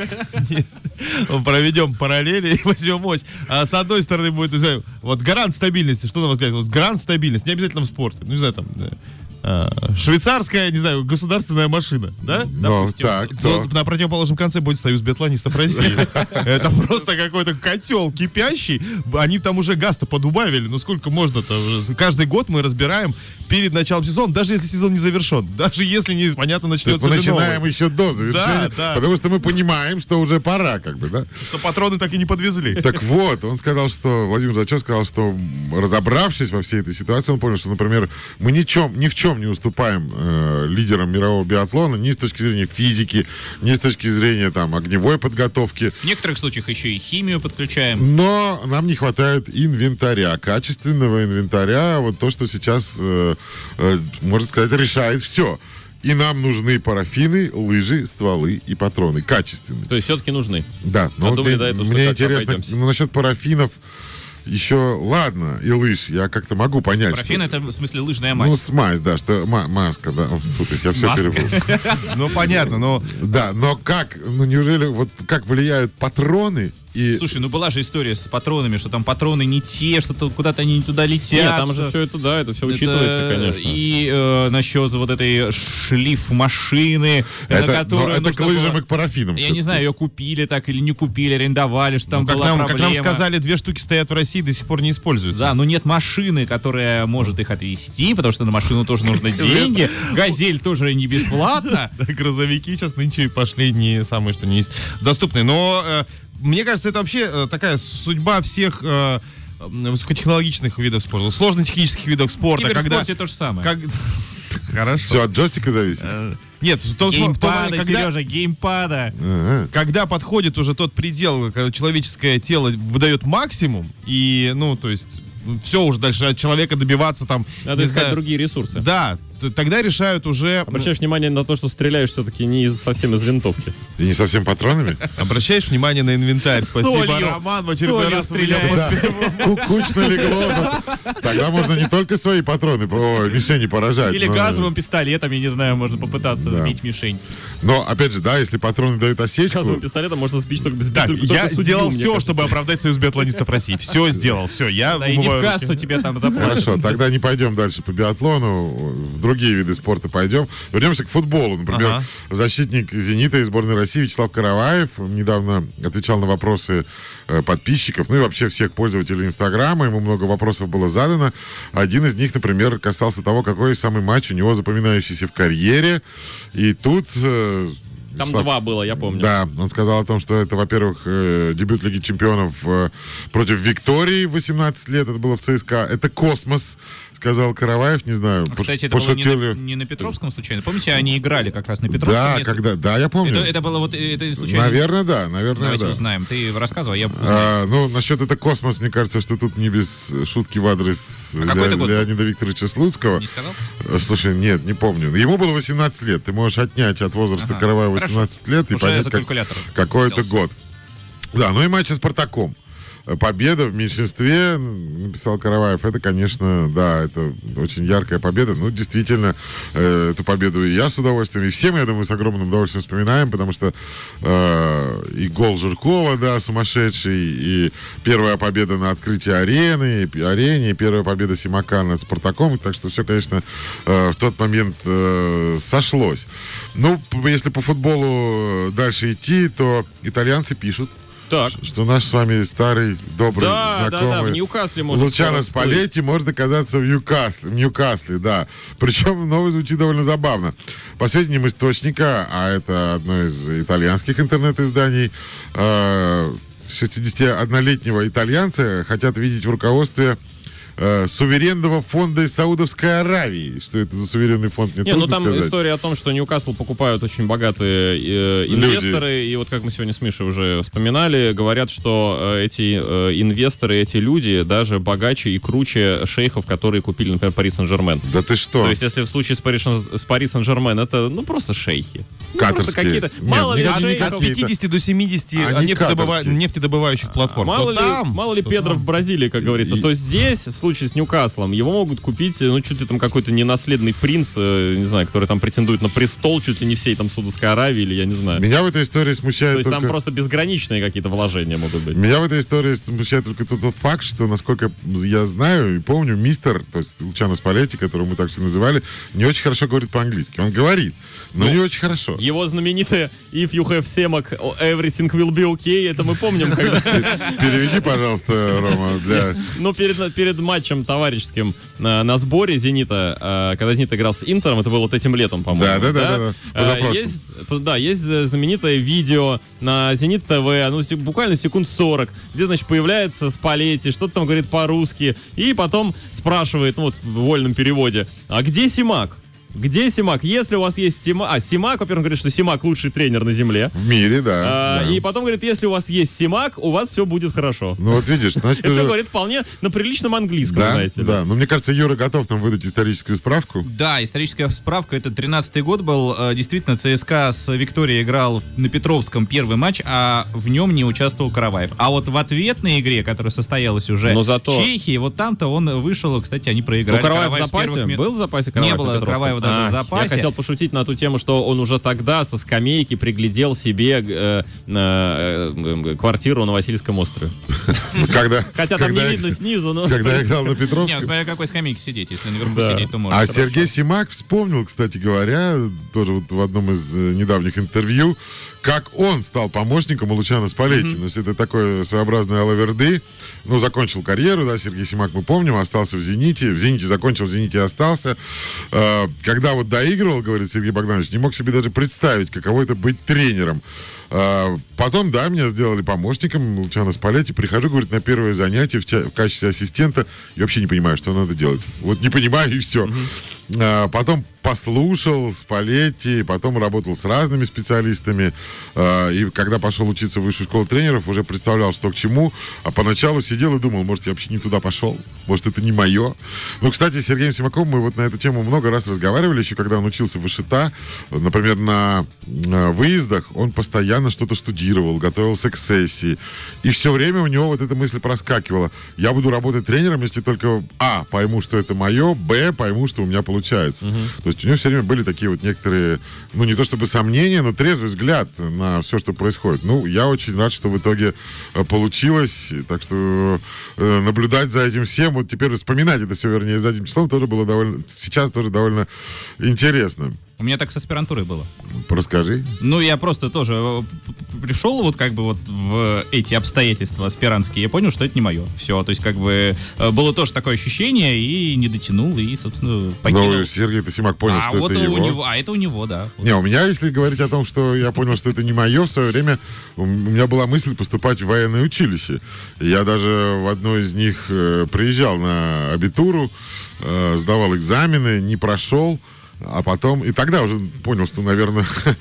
[SPEAKER 2] Проведем параллели и возьмем ось. А с одной стороны будет, не знаю, вот гарант стабильности. Что на вас взгляд? Вот гарант стабильности. Не обязательно в спорте. Ну, не знаю, там... швейцарская, не знаю, государственная машина, да?
[SPEAKER 5] Ну,
[SPEAKER 2] Допустим.
[SPEAKER 5] так,
[SPEAKER 2] Тут на противоположном конце будет союз биатлонистов России. Это просто какой-то котел кипящий. Они там уже газ-то подубавили. Ну сколько можно-то? Каждый год мы разбираем перед началом сезона, даже если сезон не завершен, даже если не понятно
[SPEAKER 5] То есть
[SPEAKER 2] начнется
[SPEAKER 5] мы
[SPEAKER 2] ли новый.
[SPEAKER 5] начинаем еще до завершения,
[SPEAKER 2] Да.
[SPEAKER 5] потому что мы понимаем, что уже пора, как бы, да?
[SPEAKER 2] Что патроны так и не подвезли.
[SPEAKER 5] Так вот, он сказал, что, Владимир Драчев сказал, что разобравшись во всей этой ситуации, он понял, что, например, мы ни в чем не уступаем лидерам мирового биатлона ни с точки зрения физики, ни с точки зрения там огневой подготовки.
[SPEAKER 3] В некоторых случаях еще и химию подключаем.
[SPEAKER 5] Но нам не хватает инвентаря, качественного инвентаря, вот то, что сейчас, можно сказать, решает все. И нам нужны парафины, лыжи, стволы и патроны. Качественные.
[SPEAKER 4] То есть все-таки нужны.
[SPEAKER 5] Да, но
[SPEAKER 4] думали до этого, что
[SPEAKER 5] мне
[SPEAKER 4] как-то
[SPEAKER 5] интересно,
[SPEAKER 4] обойдемся.
[SPEAKER 5] насчет парафинов еще, ладно, и лыж, я как-то могу понять.
[SPEAKER 3] Парафин —
[SPEAKER 5] что...
[SPEAKER 3] это, в смысле, лыжная
[SPEAKER 5] Ну,
[SPEAKER 3] мазь.
[SPEAKER 5] смазь, да, что маска, да. Слушай, я все
[SPEAKER 3] Маска.
[SPEAKER 5] перепутал.
[SPEAKER 2] Ну понятно, но
[SPEAKER 5] Да, но как, ну неужели, вот как влияют патроны и...
[SPEAKER 3] Слушай, ну была же история с патронами, что там патроны не те, что-то куда-то они не туда летят.
[SPEAKER 4] Нет, там же
[SPEAKER 3] что-
[SPEAKER 4] все это, да, это все учитывается,
[SPEAKER 3] Это
[SPEAKER 4] конечно.
[SPEAKER 3] И насчет вот этой шлиф машины, на
[SPEAKER 5] Это, но
[SPEAKER 3] которую
[SPEAKER 5] это к
[SPEAKER 3] нужно
[SPEAKER 5] лыжам
[SPEAKER 3] было-
[SPEAKER 5] и к парафинам.
[SPEAKER 3] Я не
[SPEAKER 5] всё-таки.
[SPEAKER 3] знаю, ее купили так или не купили, арендовали, что там
[SPEAKER 2] как
[SPEAKER 3] была
[SPEAKER 2] нам
[SPEAKER 3] проблема.
[SPEAKER 2] сказали, 2 штуки стоят в России, до сих пор не используются.
[SPEAKER 3] Да, но нет машины, которая может их отвезти, потому что на машину тоже нужны деньги. Газель тоже не бесплатно.
[SPEAKER 2] Грузовики сейчас нынче пошли не самые, что не есть, доступные. Но мне кажется, это вообще такая судьба всех высокотехнологичных видов спорта, сложно-технических видов
[SPEAKER 3] В
[SPEAKER 2] спорта.
[SPEAKER 3] киберспорте то же самое.
[SPEAKER 2] Хорошо.
[SPEAKER 5] Все от джойстика зависит.
[SPEAKER 2] Нет, в том
[SPEAKER 3] Геймпада,
[SPEAKER 2] когда,
[SPEAKER 3] Сережа, геймпада.
[SPEAKER 5] Ага.
[SPEAKER 2] когда подходит уже тот предел, когда человеческое тело выдает максимум, и, ну, то есть, все уже дальше от человека добиваться там...
[SPEAKER 4] Надо
[SPEAKER 2] не
[SPEAKER 4] искать
[SPEAKER 2] знаю,
[SPEAKER 4] другие ресурсы.
[SPEAKER 2] Да, тогда решают уже...
[SPEAKER 4] Обращаешь внимание на то, что стреляешь все-таки не совсем из винтовки.
[SPEAKER 5] И не совсем патронами?
[SPEAKER 2] Обращаешь внимание на инвентарь. Спасибо,
[SPEAKER 3] Солью.
[SPEAKER 2] Роман, в очередной
[SPEAKER 3] Солью
[SPEAKER 2] раз
[SPEAKER 3] стреляешь.
[SPEAKER 2] меня
[SPEAKER 5] Кучно легло. Тогда можно не только свои патроны, мишени поражать.
[SPEAKER 3] Или
[SPEAKER 5] но-
[SPEAKER 3] газовым пистолетом, я не знаю, можно попытаться
[SPEAKER 5] Да.
[SPEAKER 3] сбить мишень.
[SPEAKER 5] Но, опять же, да, если патроны дают осечку...
[SPEAKER 4] Газовым пистолетом можно сбить только без
[SPEAKER 2] Так,
[SPEAKER 4] только
[SPEAKER 2] я
[SPEAKER 4] судью,
[SPEAKER 2] сделал
[SPEAKER 4] мне
[SPEAKER 2] все,
[SPEAKER 4] кажется.
[SPEAKER 2] чтобы оправдать союз биатлонистов России. Все сделал, все. Я
[SPEAKER 3] Да, иди в
[SPEAKER 2] умываю
[SPEAKER 3] кассу,
[SPEAKER 2] руки.
[SPEAKER 3] тебе там заплатят.
[SPEAKER 5] Хорошо, тогда не пойдем дальше по биатлону, в другие виды спорта пойдем. Вернемся к футболу. Например,
[SPEAKER 2] Ага.
[SPEAKER 5] защитник «Зенита» и сборной России Вячеслав Караваев недавно отвечал на вопросы подписчиков, ну и вообще всех пользователей Инстаграма. Ему много вопросов было задано. Один из них, например, касался того, какой самый матч у него запоминающийся в карьере. И тут...
[SPEAKER 4] Там
[SPEAKER 5] Вячеслав-
[SPEAKER 4] 2 было, я помню.
[SPEAKER 5] Да, он сказал о том, что это, во-первых, дебют Лиги Чемпионов против Виктории в 18 лет, это было в ЦСКА. Это космос, сказал Караваев, не знаю.
[SPEAKER 3] Кстати, это было
[SPEAKER 5] пошутили.
[SPEAKER 3] не на Петровском случайно. Помните, они играли как раз на Петровском.
[SPEAKER 5] Да,
[SPEAKER 3] несколько-
[SPEAKER 5] когда, да, я помню.
[SPEAKER 3] Это было вот, это случайно.
[SPEAKER 5] Наверное, да, наверное,
[SPEAKER 3] Давайте
[SPEAKER 5] да.
[SPEAKER 3] узнаем. Ты рассказывай, я узнаю.
[SPEAKER 5] Ну, насчет это космос, мне кажется, что тут не без шутки в адрес
[SPEAKER 3] какой это год был?
[SPEAKER 5] Леонида Викторовича Слуцкого.
[SPEAKER 3] Не сказал?
[SPEAKER 5] Слушай, нет, не помню. Ему было 18 лет. Ты можешь отнять от возраста
[SPEAKER 3] Ага,
[SPEAKER 5] Караваева
[SPEAKER 3] хорошо.
[SPEAKER 5] 18 лет и
[SPEAKER 3] Уже
[SPEAKER 5] понять,
[SPEAKER 3] за
[SPEAKER 5] как,
[SPEAKER 3] калькулятор
[SPEAKER 5] какой это
[SPEAKER 3] взялся.
[SPEAKER 5] год. Да, ну и матч со «Спартаком». победа в меньшинстве, написал Караваев, это, конечно, да, это очень яркая победа. Ну, действительно, эту победу и я с удовольствием, и все мы, я думаю, с огромным удовольствием вспоминаем, потому что и гол Жиркова, да, сумасшедший, и первая победа на открытии арены, и первая победа Симака над Спартаком, так что все, конечно, в тот момент сошлось. Ну, если по футболу дальше идти, то итальянцы пишут,
[SPEAKER 4] Так.
[SPEAKER 5] что наш с вами старый, добрый, знакомый
[SPEAKER 4] в Ньюкасле может
[SPEAKER 5] Лучано
[SPEAKER 4] скоро
[SPEAKER 5] Спалетти может оказаться в Ньюкасле, да. Причем новость звучит довольно забавно. По сведениям источника, а это одно из итальянских интернет-изданий, 61-летнего итальянца хотят видеть в руководстве суверенного фонда из Саудовской Аравии. Что это за суверенный фонд, мне трудно
[SPEAKER 4] там
[SPEAKER 5] сказать.
[SPEAKER 4] история о том, что Ньюкасл покупают очень богатые инвесторы, и вот как мы сегодня с Мишей уже вспоминали, говорят, что эти инвесторы, эти люди даже богаче и круче шейхов, которые купили, например, Пари Сен-Жермен.
[SPEAKER 5] Да ты что?
[SPEAKER 4] То есть, если в случае с Пари Сен-Жермен, это, просто шейхи.
[SPEAKER 5] Катарские.
[SPEAKER 4] Просто какие-то...
[SPEAKER 5] Нет,
[SPEAKER 4] Мало ли
[SPEAKER 5] не
[SPEAKER 4] шейхов...
[SPEAKER 2] От 50 до 70
[SPEAKER 5] Они катарские.
[SPEAKER 2] нефтедобывающих платформ.
[SPEAKER 4] Мало ли Педро в Бразилии, как говорится. То здесь, в случае с Ньюкаслом, его могут купить, чуть ли там какой-то ненаследный принц, не знаю, который там претендует на престол, чуть ли не всей там Саудовской Аравии, или я не знаю.
[SPEAKER 5] Меня в этой истории
[SPEAKER 4] То
[SPEAKER 5] смущает
[SPEAKER 4] есть
[SPEAKER 5] только...
[SPEAKER 4] там просто безграничные какие-то вложения могут быть.
[SPEAKER 5] Меня в этой истории смущает только тот факт, что, насколько я знаю и помню, мистер, то есть Лучано Спалетти, которого мы так все называли, не очень хорошо говорит по-английски. Он говорит, но не очень хорошо.
[SPEAKER 4] Его знаменитое «If you have семак, everything will be okay», это мы помним, когда...
[SPEAKER 5] Переведи, пожалуйста, Рома, для...
[SPEAKER 4] Ну, перед матчем товарищеским на сборе «Зенита», когда «Зенит» играл с «Интером», это было вот этим летом, по-моему.
[SPEAKER 5] Да.
[SPEAKER 4] Есть знаменитое видео на «Зенит ТВ», буквально секунд 40, где, значит, появляется Спалетти, что-то там говорит по-русски, и потом спрашивает, в вольном переводе, а где Симак? Где Симак? Если у вас есть Симак... Симак, во-первых, говорит, что Симак лучший тренер на земле.
[SPEAKER 5] В мире, да.
[SPEAKER 4] И потом говорит, если у вас есть Симак, у вас все будет хорошо.
[SPEAKER 5] Ну вот видишь, значит...
[SPEAKER 4] Это все говорит вполне на приличном английском, знаете.
[SPEAKER 5] Да, но мне кажется, Юра готов нам выдать историческую справку.
[SPEAKER 3] Да, историческая справка, это 13-й год был. Действительно, ЦСКА с Викторией играл на Петровском первый матч, а в нем не участвовал Караваев. А вот в ответной игре, которая состоялась уже в Чехии, вот там-то он вышел, кстати, они проиграли.
[SPEAKER 4] Караваев в запасе? Был в запасе Караваев?
[SPEAKER 3] Не было Караваева даже в запасе.
[SPEAKER 4] Я хотел пошутить на ту тему, что он уже тогда со скамейки приглядел себе квартиру на Васильевском острове. Хотя там не видно снизу, но...
[SPEAKER 5] Когда я играл на Петровском.
[SPEAKER 3] Не, смотря какой скамейке сидеть. Если наверху сидеть, то можно.
[SPEAKER 5] А Сергей Симак вспомнил, кстати говоря, тоже вот в одном из недавних интервью, как он стал помощником у Лучано Спалетти. То есть это такой своеобразный Алаверды. Закончил карьеру, да, Сергей Симак, мы помним, остался в «Зените». В «Зените» закончил, в «Зените» остался. Когда вот доигрывал, говорит Сергей Богданович, не мог себе даже представить, каково это быть тренером. Потом, да, меня сделали помощником Лучано Спалетти. Прихожу, говорит, на первое занятие в качестве ассистента. Я вообще не понимаю, что надо делать. Вот не понимаю, и все. Потом послушал Спалетти, потом работал с разными специалистами. И когда пошел учиться в высшую школу тренеров, уже представлял, что к чему. А поначалу сидел и думал, может, я вообще не туда пошел. Может, это не мое. Кстати, с Сергеем Симаковым мы вот на эту тему много раз разговаривали, еще когда он учился в ИШТА. Например, на выездах он постоянно что-то штудировал, готовился к сессии. И все время у него вот эта мысль проскакивала. Я буду работать тренером, если только пойму, что это мое, пойму, что у меня получается. То есть у него все время были такие вот некоторые, не то чтобы сомнения, но трезвый взгляд на все, что происходит. Я очень рад, что в итоге получилось. Так что наблюдать за этим всем, вот теперь вспоминать это все, вернее, задним числом тоже было сейчас тоже довольно интересно.
[SPEAKER 3] У меня так с аспирантурой было.
[SPEAKER 5] Расскажи.
[SPEAKER 3] Я просто тоже пришел в эти обстоятельства аспирантские, я понял, что это не мое. Все, то есть было тоже такое ощущение, и не дотянул, и, собственно, покинул.
[SPEAKER 5] Но Сергей Симак понял, что это его.
[SPEAKER 3] Это у него, да.
[SPEAKER 5] Не, у меня, если говорить о том, что я понял, что это не мое, в свое время у меня была мысль поступать в военное училище. Я даже в одно из них приезжал на абитуру, сдавал экзамены, не прошел. А потом, и тогда уже понял, что, наверное,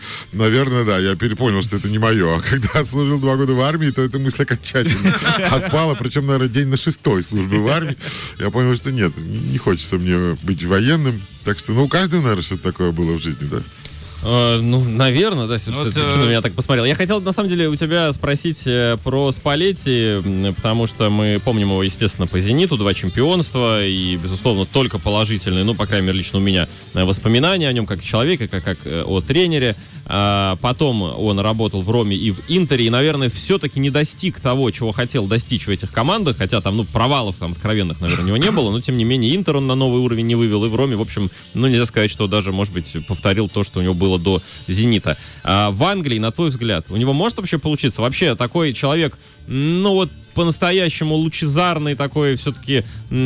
[SPEAKER 5] да, я перепонял, что это не мое. А когда отслужил 2 года в армии, то эта мысль окончательно отпала. Причем, наверное, день на 6-й службы в армии. Я понял, что нет, не хочется мне быть военным. Так что, у каждого, наверное, что-то такое было в жизни, да.
[SPEAKER 4] Ну, наверное, да,
[SPEAKER 3] Вот,
[SPEAKER 4] ты на меня так посмотрел. Я хотел, на самом деле, у тебя спросить про Спалетти, потому что мы помним его, естественно, по «Зениту», 2 чемпионства, и, безусловно, только положительные, ну, по крайней мере, лично у меня воспоминания о нем как человека, как о тренере. Потом он работал в Роме и в Интере, и, наверное, все-таки не достиг того, чего хотел достичь в этих командах, хотя там, провалов там откровенных, наверное, у него не было, но, тем не менее, Интер он на новый уровень не вывел, и в Роме, в общем, нельзя сказать, что даже, может быть, повторил то, что у него было до «Зенита». В Англии, на твой взгляд, у него может вообще получиться? Вообще такой человек, по-настоящему лучезарный такой все-таки,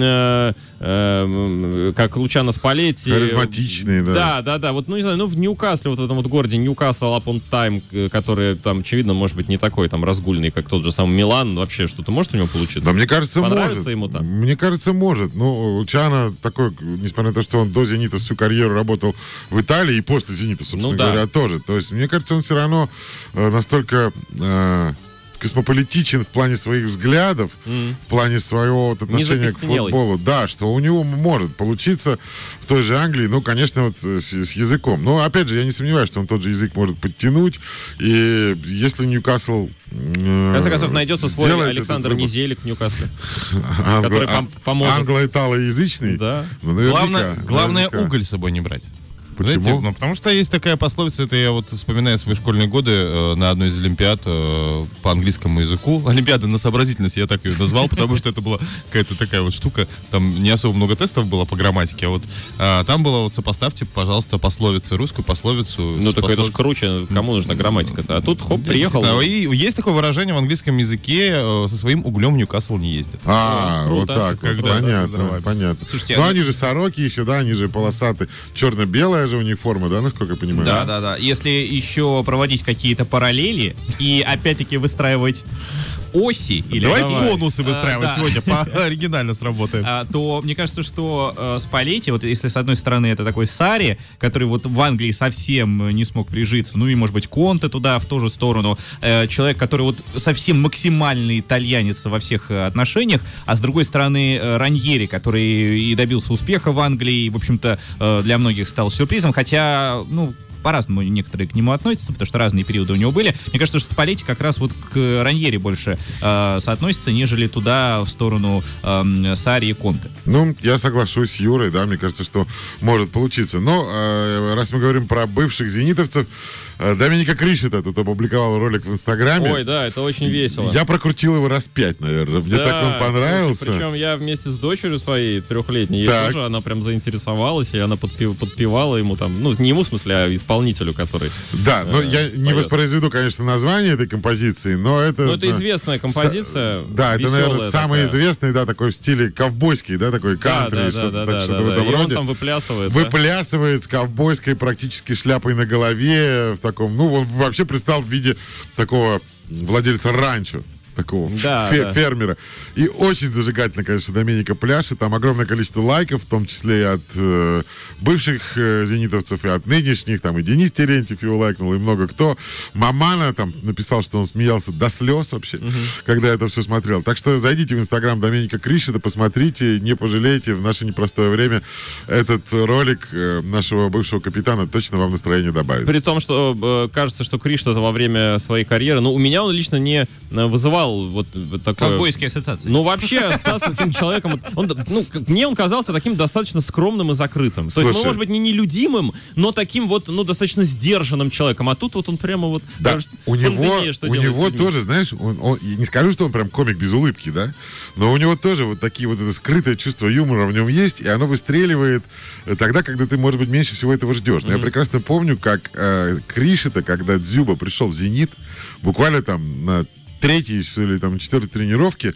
[SPEAKER 4] как Лучано Спалетти.
[SPEAKER 5] Харизматичный, да.
[SPEAKER 4] Да. Вот, не знаю, в Ньюкасле, вот в этом вот городе Ньюкасл Апон Тайм, который там, очевидно, может быть, не такой там разгульный, как тот же самый Милан. Вообще что-то может у него получиться?
[SPEAKER 5] Да, мне кажется,
[SPEAKER 4] Понравится
[SPEAKER 5] может.
[SPEAKER 4] ему там?
[SPEAKER 5] Мне кажется, может. Лучано такой, несмотря на то, что он до «Зенита» всю карьеру работал в Италии и после «Зенита», собственно говоря, тоже. То есть, мне кажется, он все равно настолько космополитичен в плане своих взглядов, в плане своего отношения к футболу. Да, что у него может получиться в той же Англии, конечно, с языком. Но, опять же, я не сомневаюсь, что он тот же язык может подтянуть. И если Ньюкасл...
[SPEAKER 4] В конце концов, найдется свой Александр Низелик в Ньюкасле, который поможет.
[SPEAKER 5] Англо-италоязычный?
[SPEAKER 4] Да.
[SPEAKER 2] Главное, уголь с собой не брать.
[SPEAKER 5] Почему?
[SPEAKER 2] Знаете, потому что есть такая пословица, это я вспоминаю свои школьные годы на одной из олимпиад по английскому языку. Олимпиада на сообразительность, я так ее назвал, потому что это была какая-то такая вот штука. Там не особо много тестов было по грамматике, там было сопоставьте, пожалуйста, пословицу, русскую пословицу.
[SPEAKER 4] Так это же круче, кому нужна грамматика-то? А тут, приехал.
[SPEAKER 2] И есть такое выражение в английском языке: со своим углем в Ньюкасл не ездит.
[SPEAKER 5] Вот так. Понятно.
[SPEAKER 2] Слушайте,
[SPEAKER 5] они же сороки еще, да, они же полосатые. Черно-белая же у них форма, да, насколько я понимаю?
[SPEAKER 3] Да. Если еще проводить какие-то параллели и опять-таки выстраивать оси или
[SPEAKER 2] давайте конусы выстраивать сегодня, оригинально сработает.
[SPEAKER 3] То мне кажется, что Спалетти, вот если с одной стороны это такой Сарри, который вот в Англии совсем не смог прижиться, и может быть Конте туда в ту же сторону, человек, который вот совсем максимальный итальянец во всех отношениях, а с другой стороны Раньери, который и добился успеха в Англии, и, в общем-то, для многих стал сюрпризом, хотя, по-разному некоторые к нему относятся, потому что разные периоды у него были. Мне кажется, что Спалетти как раз вот к Раньери больше соотносится, нежели туда, в сторону Сарри и Конте.
[SPEAKER 5] Я соглашусь с Юрой, да, мне кажется, что может получиться. Но раз мы говорим про бывших зенитовцев, Доменико Кришита тут опубликовал ролик в Инстаграме.
[SPEAKER 4] Ой, да, это очень весело.
[SPEAKER 5] Я прокрутил его раз 5, наверное. Мне так он понравился.
[SPEAKER 4] Слушай, причем я вместе с дочерью своей 3-летней, тоже она прям заинтересовалась, и она подпевала ему там, не ему в смысле, а исполнителю, который...
[SPEAKER 5] Да, но я не воспроизведу, конечно, название этой композиции, но это...
[SPEAKER 4] это известная композиция.
[SPEAKER 5] Да, это, наверное, самый известный, да, такой в стиле ковбойский, да, такой кантри, что-то в этом роде.
[SPEAKER 4] И он там выплясывает.
[SPEAKER 5] Выплясывает с ковбойской практически шляпой на голове, в таком, он вообще предстал в виде такого владельца ранчо. Такого фермера. И очень зажигательно, конечно, Доменико пляшет. Там огромное количество лайков, в том числе и от бывших зенитовцев, и от нынешних. Там и Денис Терентьев его лайкнул, и много кто. Мамана там написал, что он смеялся до слез вообще, когда это все смотрел. Так что зайдите в Инстаграм Доменико Кришита, посмотрите, не пожалеете. В наше непростое время этот ролик нашего бывшего капитана точно вам настроение добавит.
[SPEAKER 4] При том, что кажется, что Кришита во время своей карьеры, у меня он лично не вызывал вот такое...
[SPEAKER 3] Ковбойские ассоциации.
[SPEAKER 4] Вообще, ассоциация с таким человеком... Мне он казался таким достаточно скромным и закрытым. То есть, может быть, не нелюдимым, но таким вот, достаточно сдержанным человеком. А тут вот он прямо вот...
[SPEAKER 5] Да, у него тоже, знаешь, не скажу, что он прям комик без улыбки, да, но у него тоже вот такие вот это скрытое чувство юмора в нем есть, и оно выстреливает тогда, когда ты, может быть, меньше всего этого ждешь. Но я прекрасно помню, как Кришита, когда Дзюба пришел в «Зенит», буквально там на 3-й или там 4-й тренировке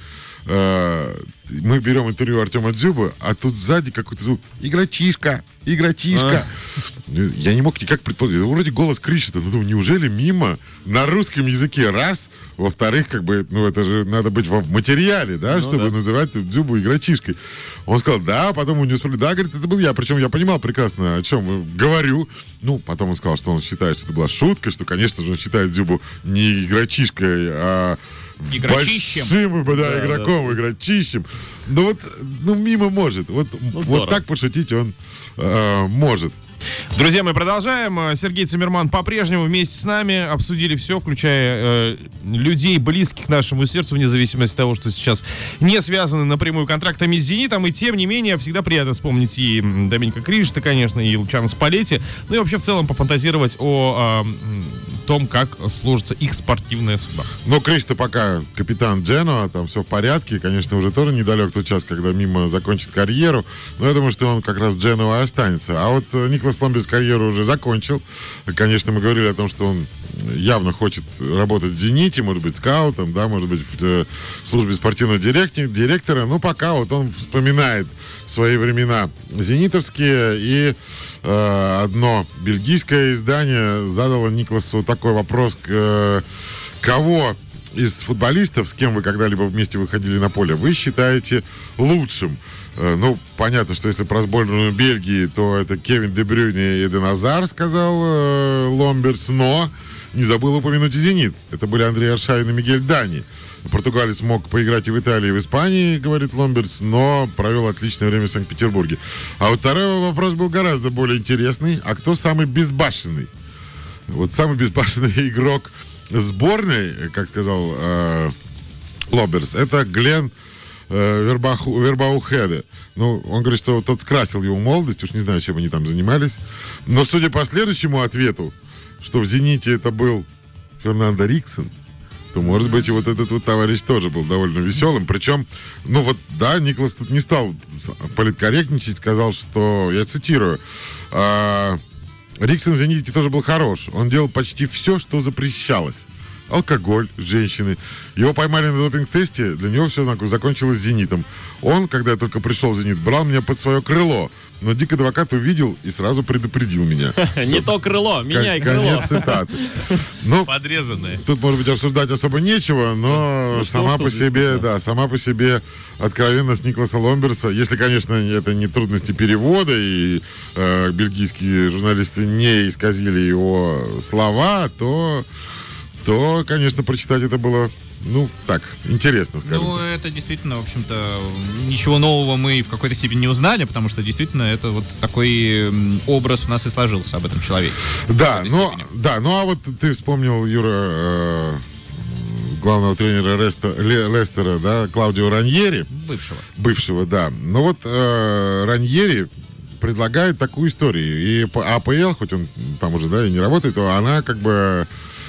[SPEAKER 5] мы берем интервью Артема Дзюбы, а тут сзади какой-то звук «Игрочишка! Игрочишка!» Я не мог никак предположить. Это вроде голос Кришита. Неужели мимо на русском языке раз? Во-вторых, это же надо быть в материале, да, чтобы называть Дзюбу игрочишкой. Он сказал, да, потом у него спросили, да, говорит, это был я. Причем я понимал прекрасно, о чем говорю. Потом он сказал, что он считает, что это была шутка, что, конечно же, он считает Дзюбу не игрочишкой, а большим игроком, игрочищем. Мимо может. Вот так пошутить он может.
[SPEAKER 2] Друзья, мы продолжаем. Сергей Циммерман по-прежнему вместе с нами. Обсудили все, включая людей, близких к нашему сердцу, вне зависимости от того, что сейчас не связаны напрямую контрактами с «Зенитом». И тем не менее, всегда приятно вспомнить и Доминика Кришта, конечно, и Лучано Спалетти. Ну и вообще в целом пофантазировать о том, как сложится их спортивная судьба.
[SPEAKER 5] Но Кришта пока капитан Дженуа, там все в порядке. Конечно, уже тоже недалек тот час, когда мимо закончит карьеру. Но я думаю, что он как раз в Дженуа останется. А вот Никлас Ломберс карьеру уже закончил. Конечно, мы говорили о том, что он явно хочет работать в «Зените», может быть, скаутом, да, может быть, в службе спортивного директора. Но пока вот он вспоминает свои времена зенитовские. И одно бельгийское издание задало Никласу такой вопрос: кого из футболистов, с кем вы когда-либо вместе выходили на поле, вы считаете лучшим? Ну, понятно, что если про сборную Бельгии, то это Кевин Де Брюйне и Эден Азар, сказал Ломберс, но не забыл упомянуть и «Зенит». Это были Андрей Аршавин и Мигель Дани. Португалец мог поиграть и в Италии, и в Испании, говорит Ломберс, но провел отличное время в Санкт-Петербурге. А вот второй вопрос был гораздо более интересный. А кто самый безбашенный? Вот самый безбашенный игрок сборной, как сказал Ломберс, это Глен Вербаухеде. Ну, он говорит, что тот скрасил его молодость, уж не знаю, чем они там занимались. Но судя по следующему ответу, что в «Зените» это был Фернандо Риксен, то, может быть, и вот этот вот товарищ тоже был довольно веселым. Причем, ну вот, да, Никлас тут не стал политкорректничать, сказал, что, я цитирую, Риксен в «Зените» тоже был хорош. Он делал почти все, что запрещалось. Алкоголь, женщины. Его поймали на допинг-тесте, для него все закончилось «Зенитом». Он, когда я только пришел в «Зенит», брал меня под свое крыло, но Дик Адвокат увидел и сразу предупредил меня.
[SPEAKER 4] Не то крыло, меняй крыло.
[SPEAKER 5] Конец цитаты.
[SPEAKER 2] Подрезанные.
[SPEAKER 5] Тут, может быть, обсуждать особо нечего, но сама по себе откровенность Никласа Ломберса, если, конечно, это не трудности перевода, и бельгийские журналисты не исказили его слова, то, конечно, прочитать это было, ну, так, интересно, скажем
[SPEAKER 3] Ну,
[SPEAKER 5] так.
[SPEAKER 3] это действительно, в общем-то, ничего нового мы в какой-то степени не узнали, потому что действительно это вот такой образ у нас и сложился об этом человеке.
[SPEAKER 5] Да, ну а вот ты вспомнил, Юра, главного тренера Лестера, да, Клаудио Раньери. Бывшего, да. Ну вот Раньери предлагает такую историю. И по АПЛ, хоть он там уже, да, и не работает, то она как бы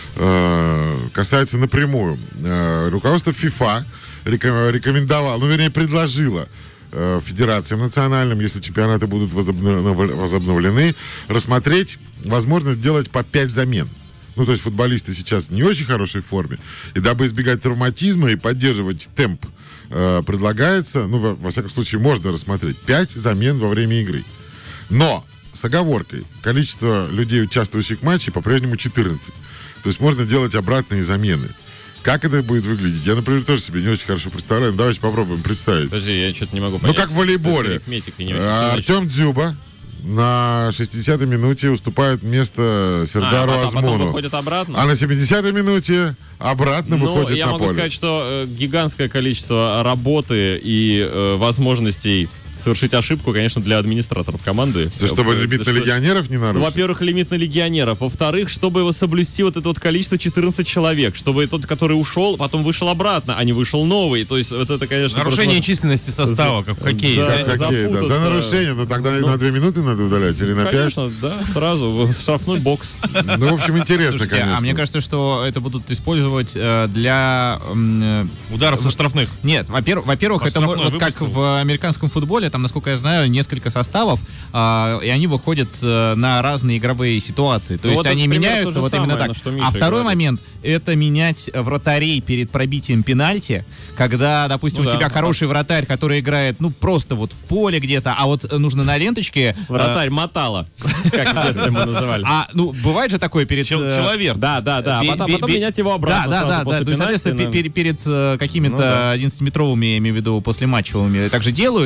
[SPEAKER 5] касается напрямую. Руководство ФИФА рекомендовало, ну, вернее, предложило федерациям национальным, если чемпионаты будут возобновлены, рассмотреть возможность делать по 5 замен. Ну, то есть футболисты сейчас в не очень хорошей форме. И дабы избегать травматизма и поддерживать темп, предлагается, ну, во всяком случае, можно рассмотреть 5 замен во время игры. Но с оговоркой: количество людей, участвующих в матче, по-прежнему 14. То есть можно делать обратные замены. Как это будет выглядеть? Я, например, тоже себе не очень хорошо представляю. Давайте попробуем представить.
[SPEAKER 4] Подожди, я что-то не могу понять.
[SPEAKER 5] Ну, как в волейболе. Артем Дзюба на 60-й минуте уступает место Сердару Азмуну.
[SPEAKER 4] Потом выходит обратно?
[SPEAKER 5] А на 70-й минуте обратно выходит на поле.
[SPEAKER 4] Я могу сказать, что гигантское количество работы и возможностей совершить ошибку, конечно, для администраторов команды.
[SPEAKER 5] Чтобы лимит на легионеров не нарушить?
[SPEAKER 4] Ну, во-первых, лимит на легионеров. Во-вторых, чтобы его соблюсти вот это вот количество 14 человек. Чтобы тот, который ушел, потом вышел обратно, а не вышел новый. То есть вот это, конечно...
[SPEAKER 2] Нарушение численности состава, как в хоккее.
[SPEAKER 5] Как в хоккее, да. За нарушение, но тогда на 2 минуты надо удалять или на 5?
[SPEAKER 4] Конечно, да, сразу в штрафной бокс.
[SPEAKER 5] Ну, в общем, интересно,
[SPEAKER 3] Слушайте,
[SPEAKER 5] конечно.
[SPEAKER 3] а мне кажется, что это будут использовать для...
[SPEAKER 2] Ударов со штрафных.
[SPEAKER 3] Нет, во-первых, это вот как в американском футболе, там, насколько я знаю, несколько составов, и они выходят на разные игровые ситуации. То есть
[SPEAKER 4] вот
[SPEAKER 3] они меняются вот именно так. А второй момент — это менять вратарей перед пробитием пенальти, когда, допустим, у тебя хороший вратарь, который играет, ну, просто вот в поле где-то, а вот нужно на ленточке...
[SPEAKER 4] Вратарь мотала, как в детстве мы называли.
[SPEAKER 3] А, ну, бывает же такое перед...
[SPEAKER 2] Человек.
[SPEAKER 4] Да. Потом менять его обратно.
[SPEAKER 3] Да. То есть, соответственно, перед какими-то 11-метровыми, я имею в виду, послематчевыми также делают, меняют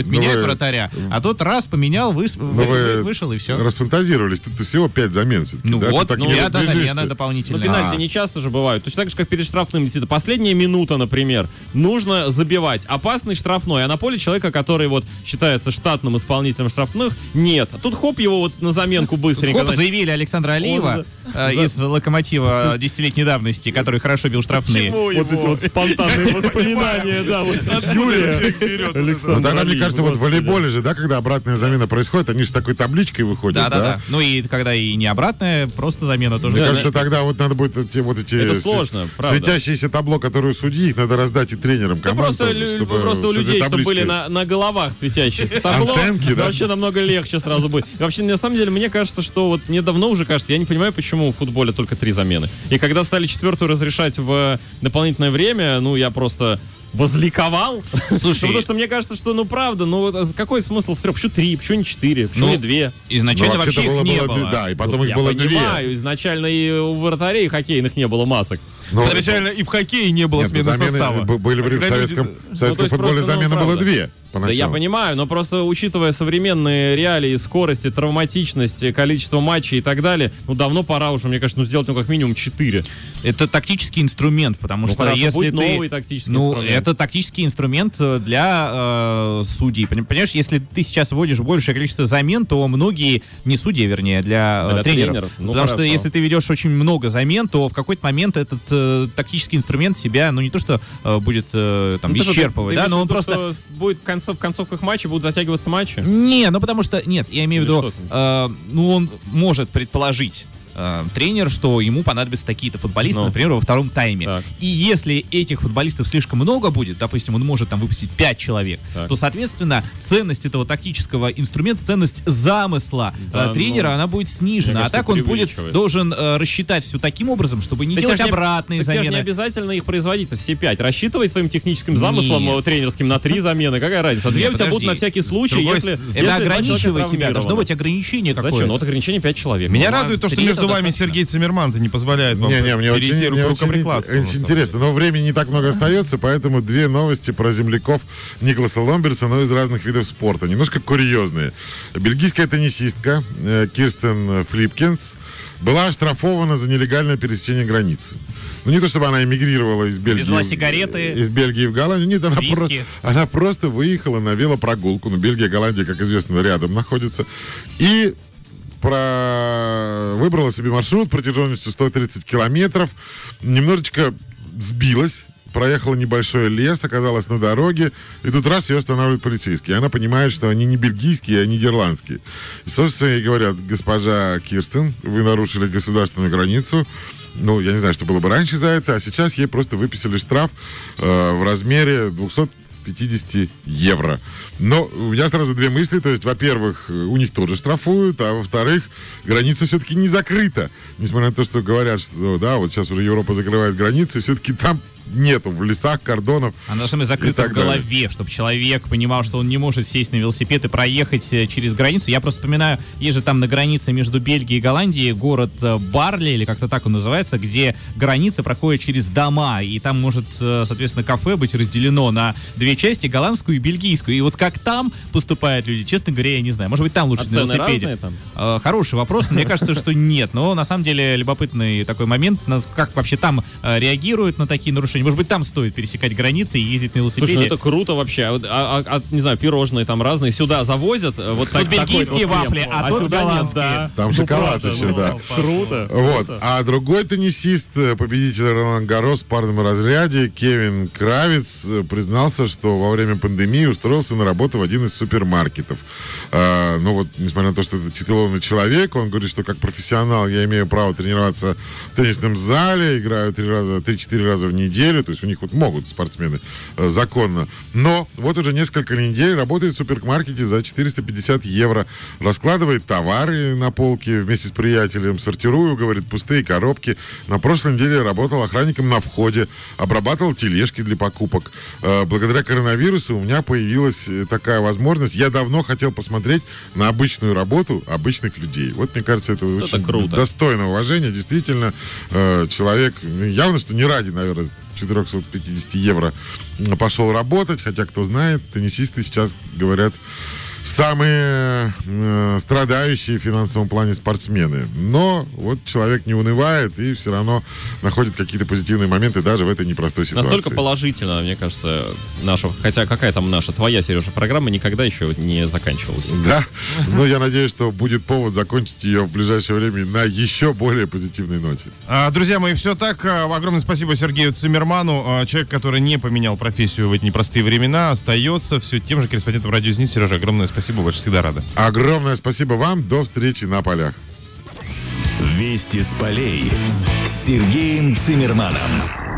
[SPEAKER 3] вратаря, а тут раз поменял, вышел и все.
[SPEAKER 5] Расфантазировались. Тут всего 5 замен все-таки.
[SPEAKER 3] Ну
[SPEAKER 5] да?
[SPEAKER 3] вот,
[SPEAKER 5] Тут так не
[SPEAKER 3] 5
[SPEAKER 5] разбежишься.
[SPEAKER 3] замена дополнительная.
[SPEAKER 4] Ну, пенальти не часто же бывают. Точно так же, как перед штрафным. Действительно, последняя минута, например, нужно забивать. Опасный штрафной. А на поле человека, который вот считается штатным исполнителем штрафных, нет. А тут хоп, его вот на заменку быстренько.
[SPEAKER 3] Хоп, заявили Александра Алиева из «Локомотива» 10-летней давности, который хорошо бил штрафные.
[SPEAKER 4] Вот эти вот спонтанные воспоминания, да, вот Юрия Александра.
[SPEAKER 5] Ну, тогда, мне
[SPEAKER 4] Алиева,
[SPEAKER 5] кажется, вот в
[SPEAKER 4] господи.
[SPEAKER 5] волейболе же, да, когда обратная замена происходит, они же с такой табличкой выходят,
[SPEAKER 3] Да. Ну и когда и не обратная, просто замена тоже.
[SPEAKER 5] Мне кажется, тогда вот надо будет эти
[SPEAKER 4] Это сложно, правда.
[SPEAKER 5] светящиеся табло, которые у судьи, их надо раздать и тренерам
[SPEAKER 4] Да
[SPEAKER 5] команд.
[SPEAKER 4] просто у людей, чтобы были на головах светящиеся табло,
[SPEAKER 5] Антенки, да?
[SPEAKER 4] вообще намного легче сразу будет. Вообще, на самом деле, мне кажется, что вот мне давно уже кажется, я не понимаю, почему в футболе только 3 замены. И когда стали 4-ю разрешать в дополнительное время, ну, я просто возликовал.
[SPEAKER 3] Слушай,
[SPEAKER 4] потому что мне кажется, что, ну, правда, ну, вот какой смысл в 3? Почему 3? Почему не 4? Почему
[SPEAKER 3] Ну,
[SPEAKER 4] не 2?
[SPEAKER 3] изначально
[SPEAKER 5] Ну,
[SPEAKER 3] вообще их не было.
[SPEAKER 5] Да, и потом их
[SPEAKER 4] Я
[SPEAKER 5] было 2.
[SPEAKER 4] понимаю, изначально и у вратарей хоккейных не было масок.
[SPEAKER 5] Но-
[SPEAKER 2] Изначально и в хоккее не было
[SPEAKER 5] Нет, ну,
[SPEAKER 2] смены
[SPEAKER 5] замены
[SPEAKER 2] состава.
[SPEAKER 5] были в
[SPEAKER 2] Когда
[SPEAKER 5] советском
[SPEAKER 4] то есть
[SPEAKER 5] футболе
[SPEAKER 4] просто, ну,
[SPEAKER 5] замена была
[SPEAKER 4] правда.
[SPEAKER 5] 2
[SPEAKER 4] Да
[SPEAKER 5] поначалу.
[SPEAKER 4] я понимаю, но просто учитывая современные реалии, скорости, травматичность, количество матчей и так далее, ну давно пора уже, мне кажется, сделать как минимум 4.
[SPEAKER 3] Это тактический инструмент, потому
[SPEAKER 4] Ну,
[SPEAKER 3] что
[SPEAKER 4] хорошо,
[SPEAKER 3] если
[SPEAKER 4] будет
[SPEAKER 3] ты...
[SPEAKER 4] новый тактический инструмент.
[SPEAKER 3] это тактический инструмент для судей. Понимаешь, если ты сейчас вводишь большее количество замен, то многие, не судьи, вернее, для тренеров.
[SPEAKER 4] Ну,
[SPEAKER 3] Потому что
[SPEAKER 4] хорошо.
[SPEAKER 3] если ты ведешь очень много замен, то в какой-то момент этот тактический инструмент себя, ну не то что будет там
[SPEAKER 4] Ну, ты что,
[SPEAKER 3] исчерпывать,
[SPEAKER 4] ты
[SPEAKER 3] да,
[SPEAKER 4] имеешь
[SPEAKER 3] но
[SPEAKER 4] в
[SPEAKER 3] он
[SPEAKER 4] виду,
[SPEAKER 3] просто...
[SPEAKER 4] что будет в концовках матча будут затягиваться матчи?
[SPEAKER 3] Не, ну потому что, нет, я имею в
[SPEAKER 4] Или
[SPEAKER 3] виду, ну он может предположить, тренер, что ему понадобятся такие-то футболисты,
[SPEAKER 4] Ну.
[SPEAKER 3] например, во втором тайме.
[SPEAKER 4] Так.
[SPEAKER 3] И если этих футболистов слишком много будет, допустим, он может там выпустить 5 человек,
[SPEAKER 4] Так.
[SPEAKER 3] то, соответственно, ценность этого тактического инструмента, ценность замысла
[SPEAKER 4] Да,
[SPEAKER 3] тренера,
[SPEAKER 4] ну,
[SPEAKER 3] она будет снижена.
[SPEAKER 4] мне
[SPEAKER 3] А
[SPEAKER 4] кажется,
[SPEAKER 3] так он будет
[SPEAKER 4] преувеличивает.
[SPEAKER 3] должен рассчитать все таким образом, чтобы не
[SPEAKER 4] Так
[SPEAKER 3] делать
[SPEAKER 4] тебе ж не-
[SPEAKER 3] обратные
[SPEAKER 4] так тебе ж
[SPEAKER 3] замены.
[SPEAKER 4] не обязательно их производить-то все 5. Рассчитывай своим техническим замыслом
[SPEAKER 3] Нет.
[SPEAKER 4] Тренерским на 3 замены. Какая разница? 2
[SPEAKER 3] Нет,
[SPEAKER 4] у тебя будут
[SPEAKER 3] подожди.
[SPEAKER 4] на всякий случай,
[SPEAKER 3] С другой
[SPEAKER 4] если
[SPEAKER 3] стороны,
[SPEAKER 4] если
[SPEAKER 3] это
[SPEAKER 4] два человека
[SPEAKER 3] ограничивает тебя,
[SPEAKER 4] травмированы.
[SPEAKER 3] должно быть ограничение
[SPEAKER 4] Зачем?
[SPEAKER 3] какое-то.
[SPEAKER 4] Ну, вот ограничение 5 человек.
[SPEAKER 2] Меня
[SPEAKER 3] Ну,
[SPEAKER 2] радует то, что
[SPEAKER 3] 3
[SPEAKER 2] между
[SPEAKER 3] это
[SPEAKER 2] вами
[SPEAKER 3] достаточно.
[SPEAKER 2] Сергей Циммерман-то не позволяет вам
[SPEAKER 5] Не, мне
[SPEAKER 2] перейти
[SPEAKER 5] очень, мне
[SPEAKER 2] рукоприкладству. на
[SPEAKER 5] очень
[SPEAKER 2] самом
[SPEAKER 5] интересно. Но времени не так много остается, поэтому 2 новости про земляков Никласа Ломберса, но из разных видов спорта. Немножко курьезные. Бельгийская теннисистка Кирстен Флипкенс была оштрафована за нелегальное пересечение границы. Ну, не то, чтобы она эмигрировала из Бельгии.
[SPEAKER 3] Везла сигареты,
[SPEAKER 5] из Бельгии в Голландию. Нет,
[SPEAKER 3] виски.
[SPEAKER 5] она просто выехала на велопрогулку. Ну, Бельгия и Голландия, как известно, рядом находятся. И выбрала себе маршрут протяженностью 130 километров. Немножечко сбилась. Проехала небольшой лес, оказалась на дороге, и тут раз ее останавливают полицейские. И она понимает, что они не бельгийские, а нидерландские. И, собственно, ей говорят: госпожа Кирстен, вы нарушили государственную границу. Ну, я не знаю, что было бы раньше за это, а сейчас ей просто выписали штраф в размере 250 евро. Но у меня сразу 2 мысли. То есть, во-первых, у них тоже штрафуют, а во-вторых, граница все-таки не закрыта. Несмотря на то, что говорят, что да, вот сейчас уже Европа закрывает границы, все-таки там нету в лесах кордонов.
[SPEAKER 3] Она должна быть закрыта
[SPEAKER 5] и
[SPEAKER 3] в
[SPEAKER 5] так далее.
[SPEAKER 3] голове, чтобы человек понимал, что он не может сесть на велосипед и проехать через границу. Я просто вспоминаю, есть же там на границе между Бельгией и Голландией город Барли, или как-то так он называется, где граница проходит через дома, и там может, соответственно, кафе быть разделено на 2 части, голландскую и бельгийскую. И вот как там поступают люди, честно говоря, я не знаю. Может быть, там лучше
[SPEAKER 4] А
[SPEAKER 3] на
[SPEAKER 4] цены
[SPEAKER 3] велосипеде.
[SPEAKER 4] разные там?
[SPEAKER 3] Хороший вопрос, но мне кажется, что нет. Но на самом деле любопытный такой момент, как вообще там реагируют на такие нарушения. Может быть, там стоит пересекать границы и ездить на велосипеде.
[SPEAKER 4] Слушай, ну это круто вообще. Не знаю, пирожные там разные сюда завозят. Вот
[SPEAKER 3] Тут бельгийские вафли, а тут
[SPEAKER 4] сюда нет,
[SPEAKER 3] голландские.
[SPEAKER 4] да.
[SPEAKER 5] Там
[SPEAKER 4] Ну,
[SPEAKER 5] шоколад
[SPEAKER 4] правда,
[SPEAKER 5] еще,
[SPEAKER 4] ну,
[SPEAKER 5] да.
[SPEAKER 4] Круто.
[SPEAKER 5] Вот.
[SPEAKER 4] круто.
[SPEAKER 5] А другой теннисист, победитель Ролан Гаррос в парном разряде, Кевин Кравец, признался, что во время пандемии устроился на работу в один из супермаркетов. Ну вот, несмотря на то, что это титулованный человек, он говорит, что как профессионал я имею право тренироваться в теннисном зале, играю 3-4 раза в неделю, то есть у них вот могут спортсмены законно. Но вот уже несколько недель работает в супермаркете за 450 евро, раскладывает товары на полке вместе с приятелем, сортирую, говорит, пустые коробки. На прошлой неделе работал охранником на входе, обрабатывал тележки для покупок. Благодаря коронавирусу у меня появилась такая возможность. Я давно хотел посмотреть на обычную работу обычных людей. Вот, мне кажется, это очень
[SPEAKER 4] круто.
[SPEAKER 5] достойно уважения. Действительно, человек, явно, что не ради, наверное, 450 евро пошел работать. Хотя, кто знает, теннисисты сейчас, говорят, самые страдающие в финансовом плане спортсмены. Но вот человек не унывает и все равно находит какие-то позитивные моменты даже в этой непростой ситуации.
[SPEAKER 4] Настолько положительно, мне кажется, наша, хотя какая там наша, твоя, Сережа, программа никогда еще не заканчивалась.
[SPEAKER 5] Да, но я надеюсь, что будет повод закончить ее в ближайшее время на еще более позитивной ноте.
[SPEAKER 2] Друзья мои, все так. Огромное спасибо Сергею Циммерману. Человек, который не поменял профессию в эти непростые времена, остается все тем же корреспондентом радио «Зенит». Сережа, огромное спасибо, больше всегда рада.
[SPEAKER 5] Огромное спасибо вам. До встречи на полях.
[SPEAKER 1] Вести с полей с Сергеем Циммерманом.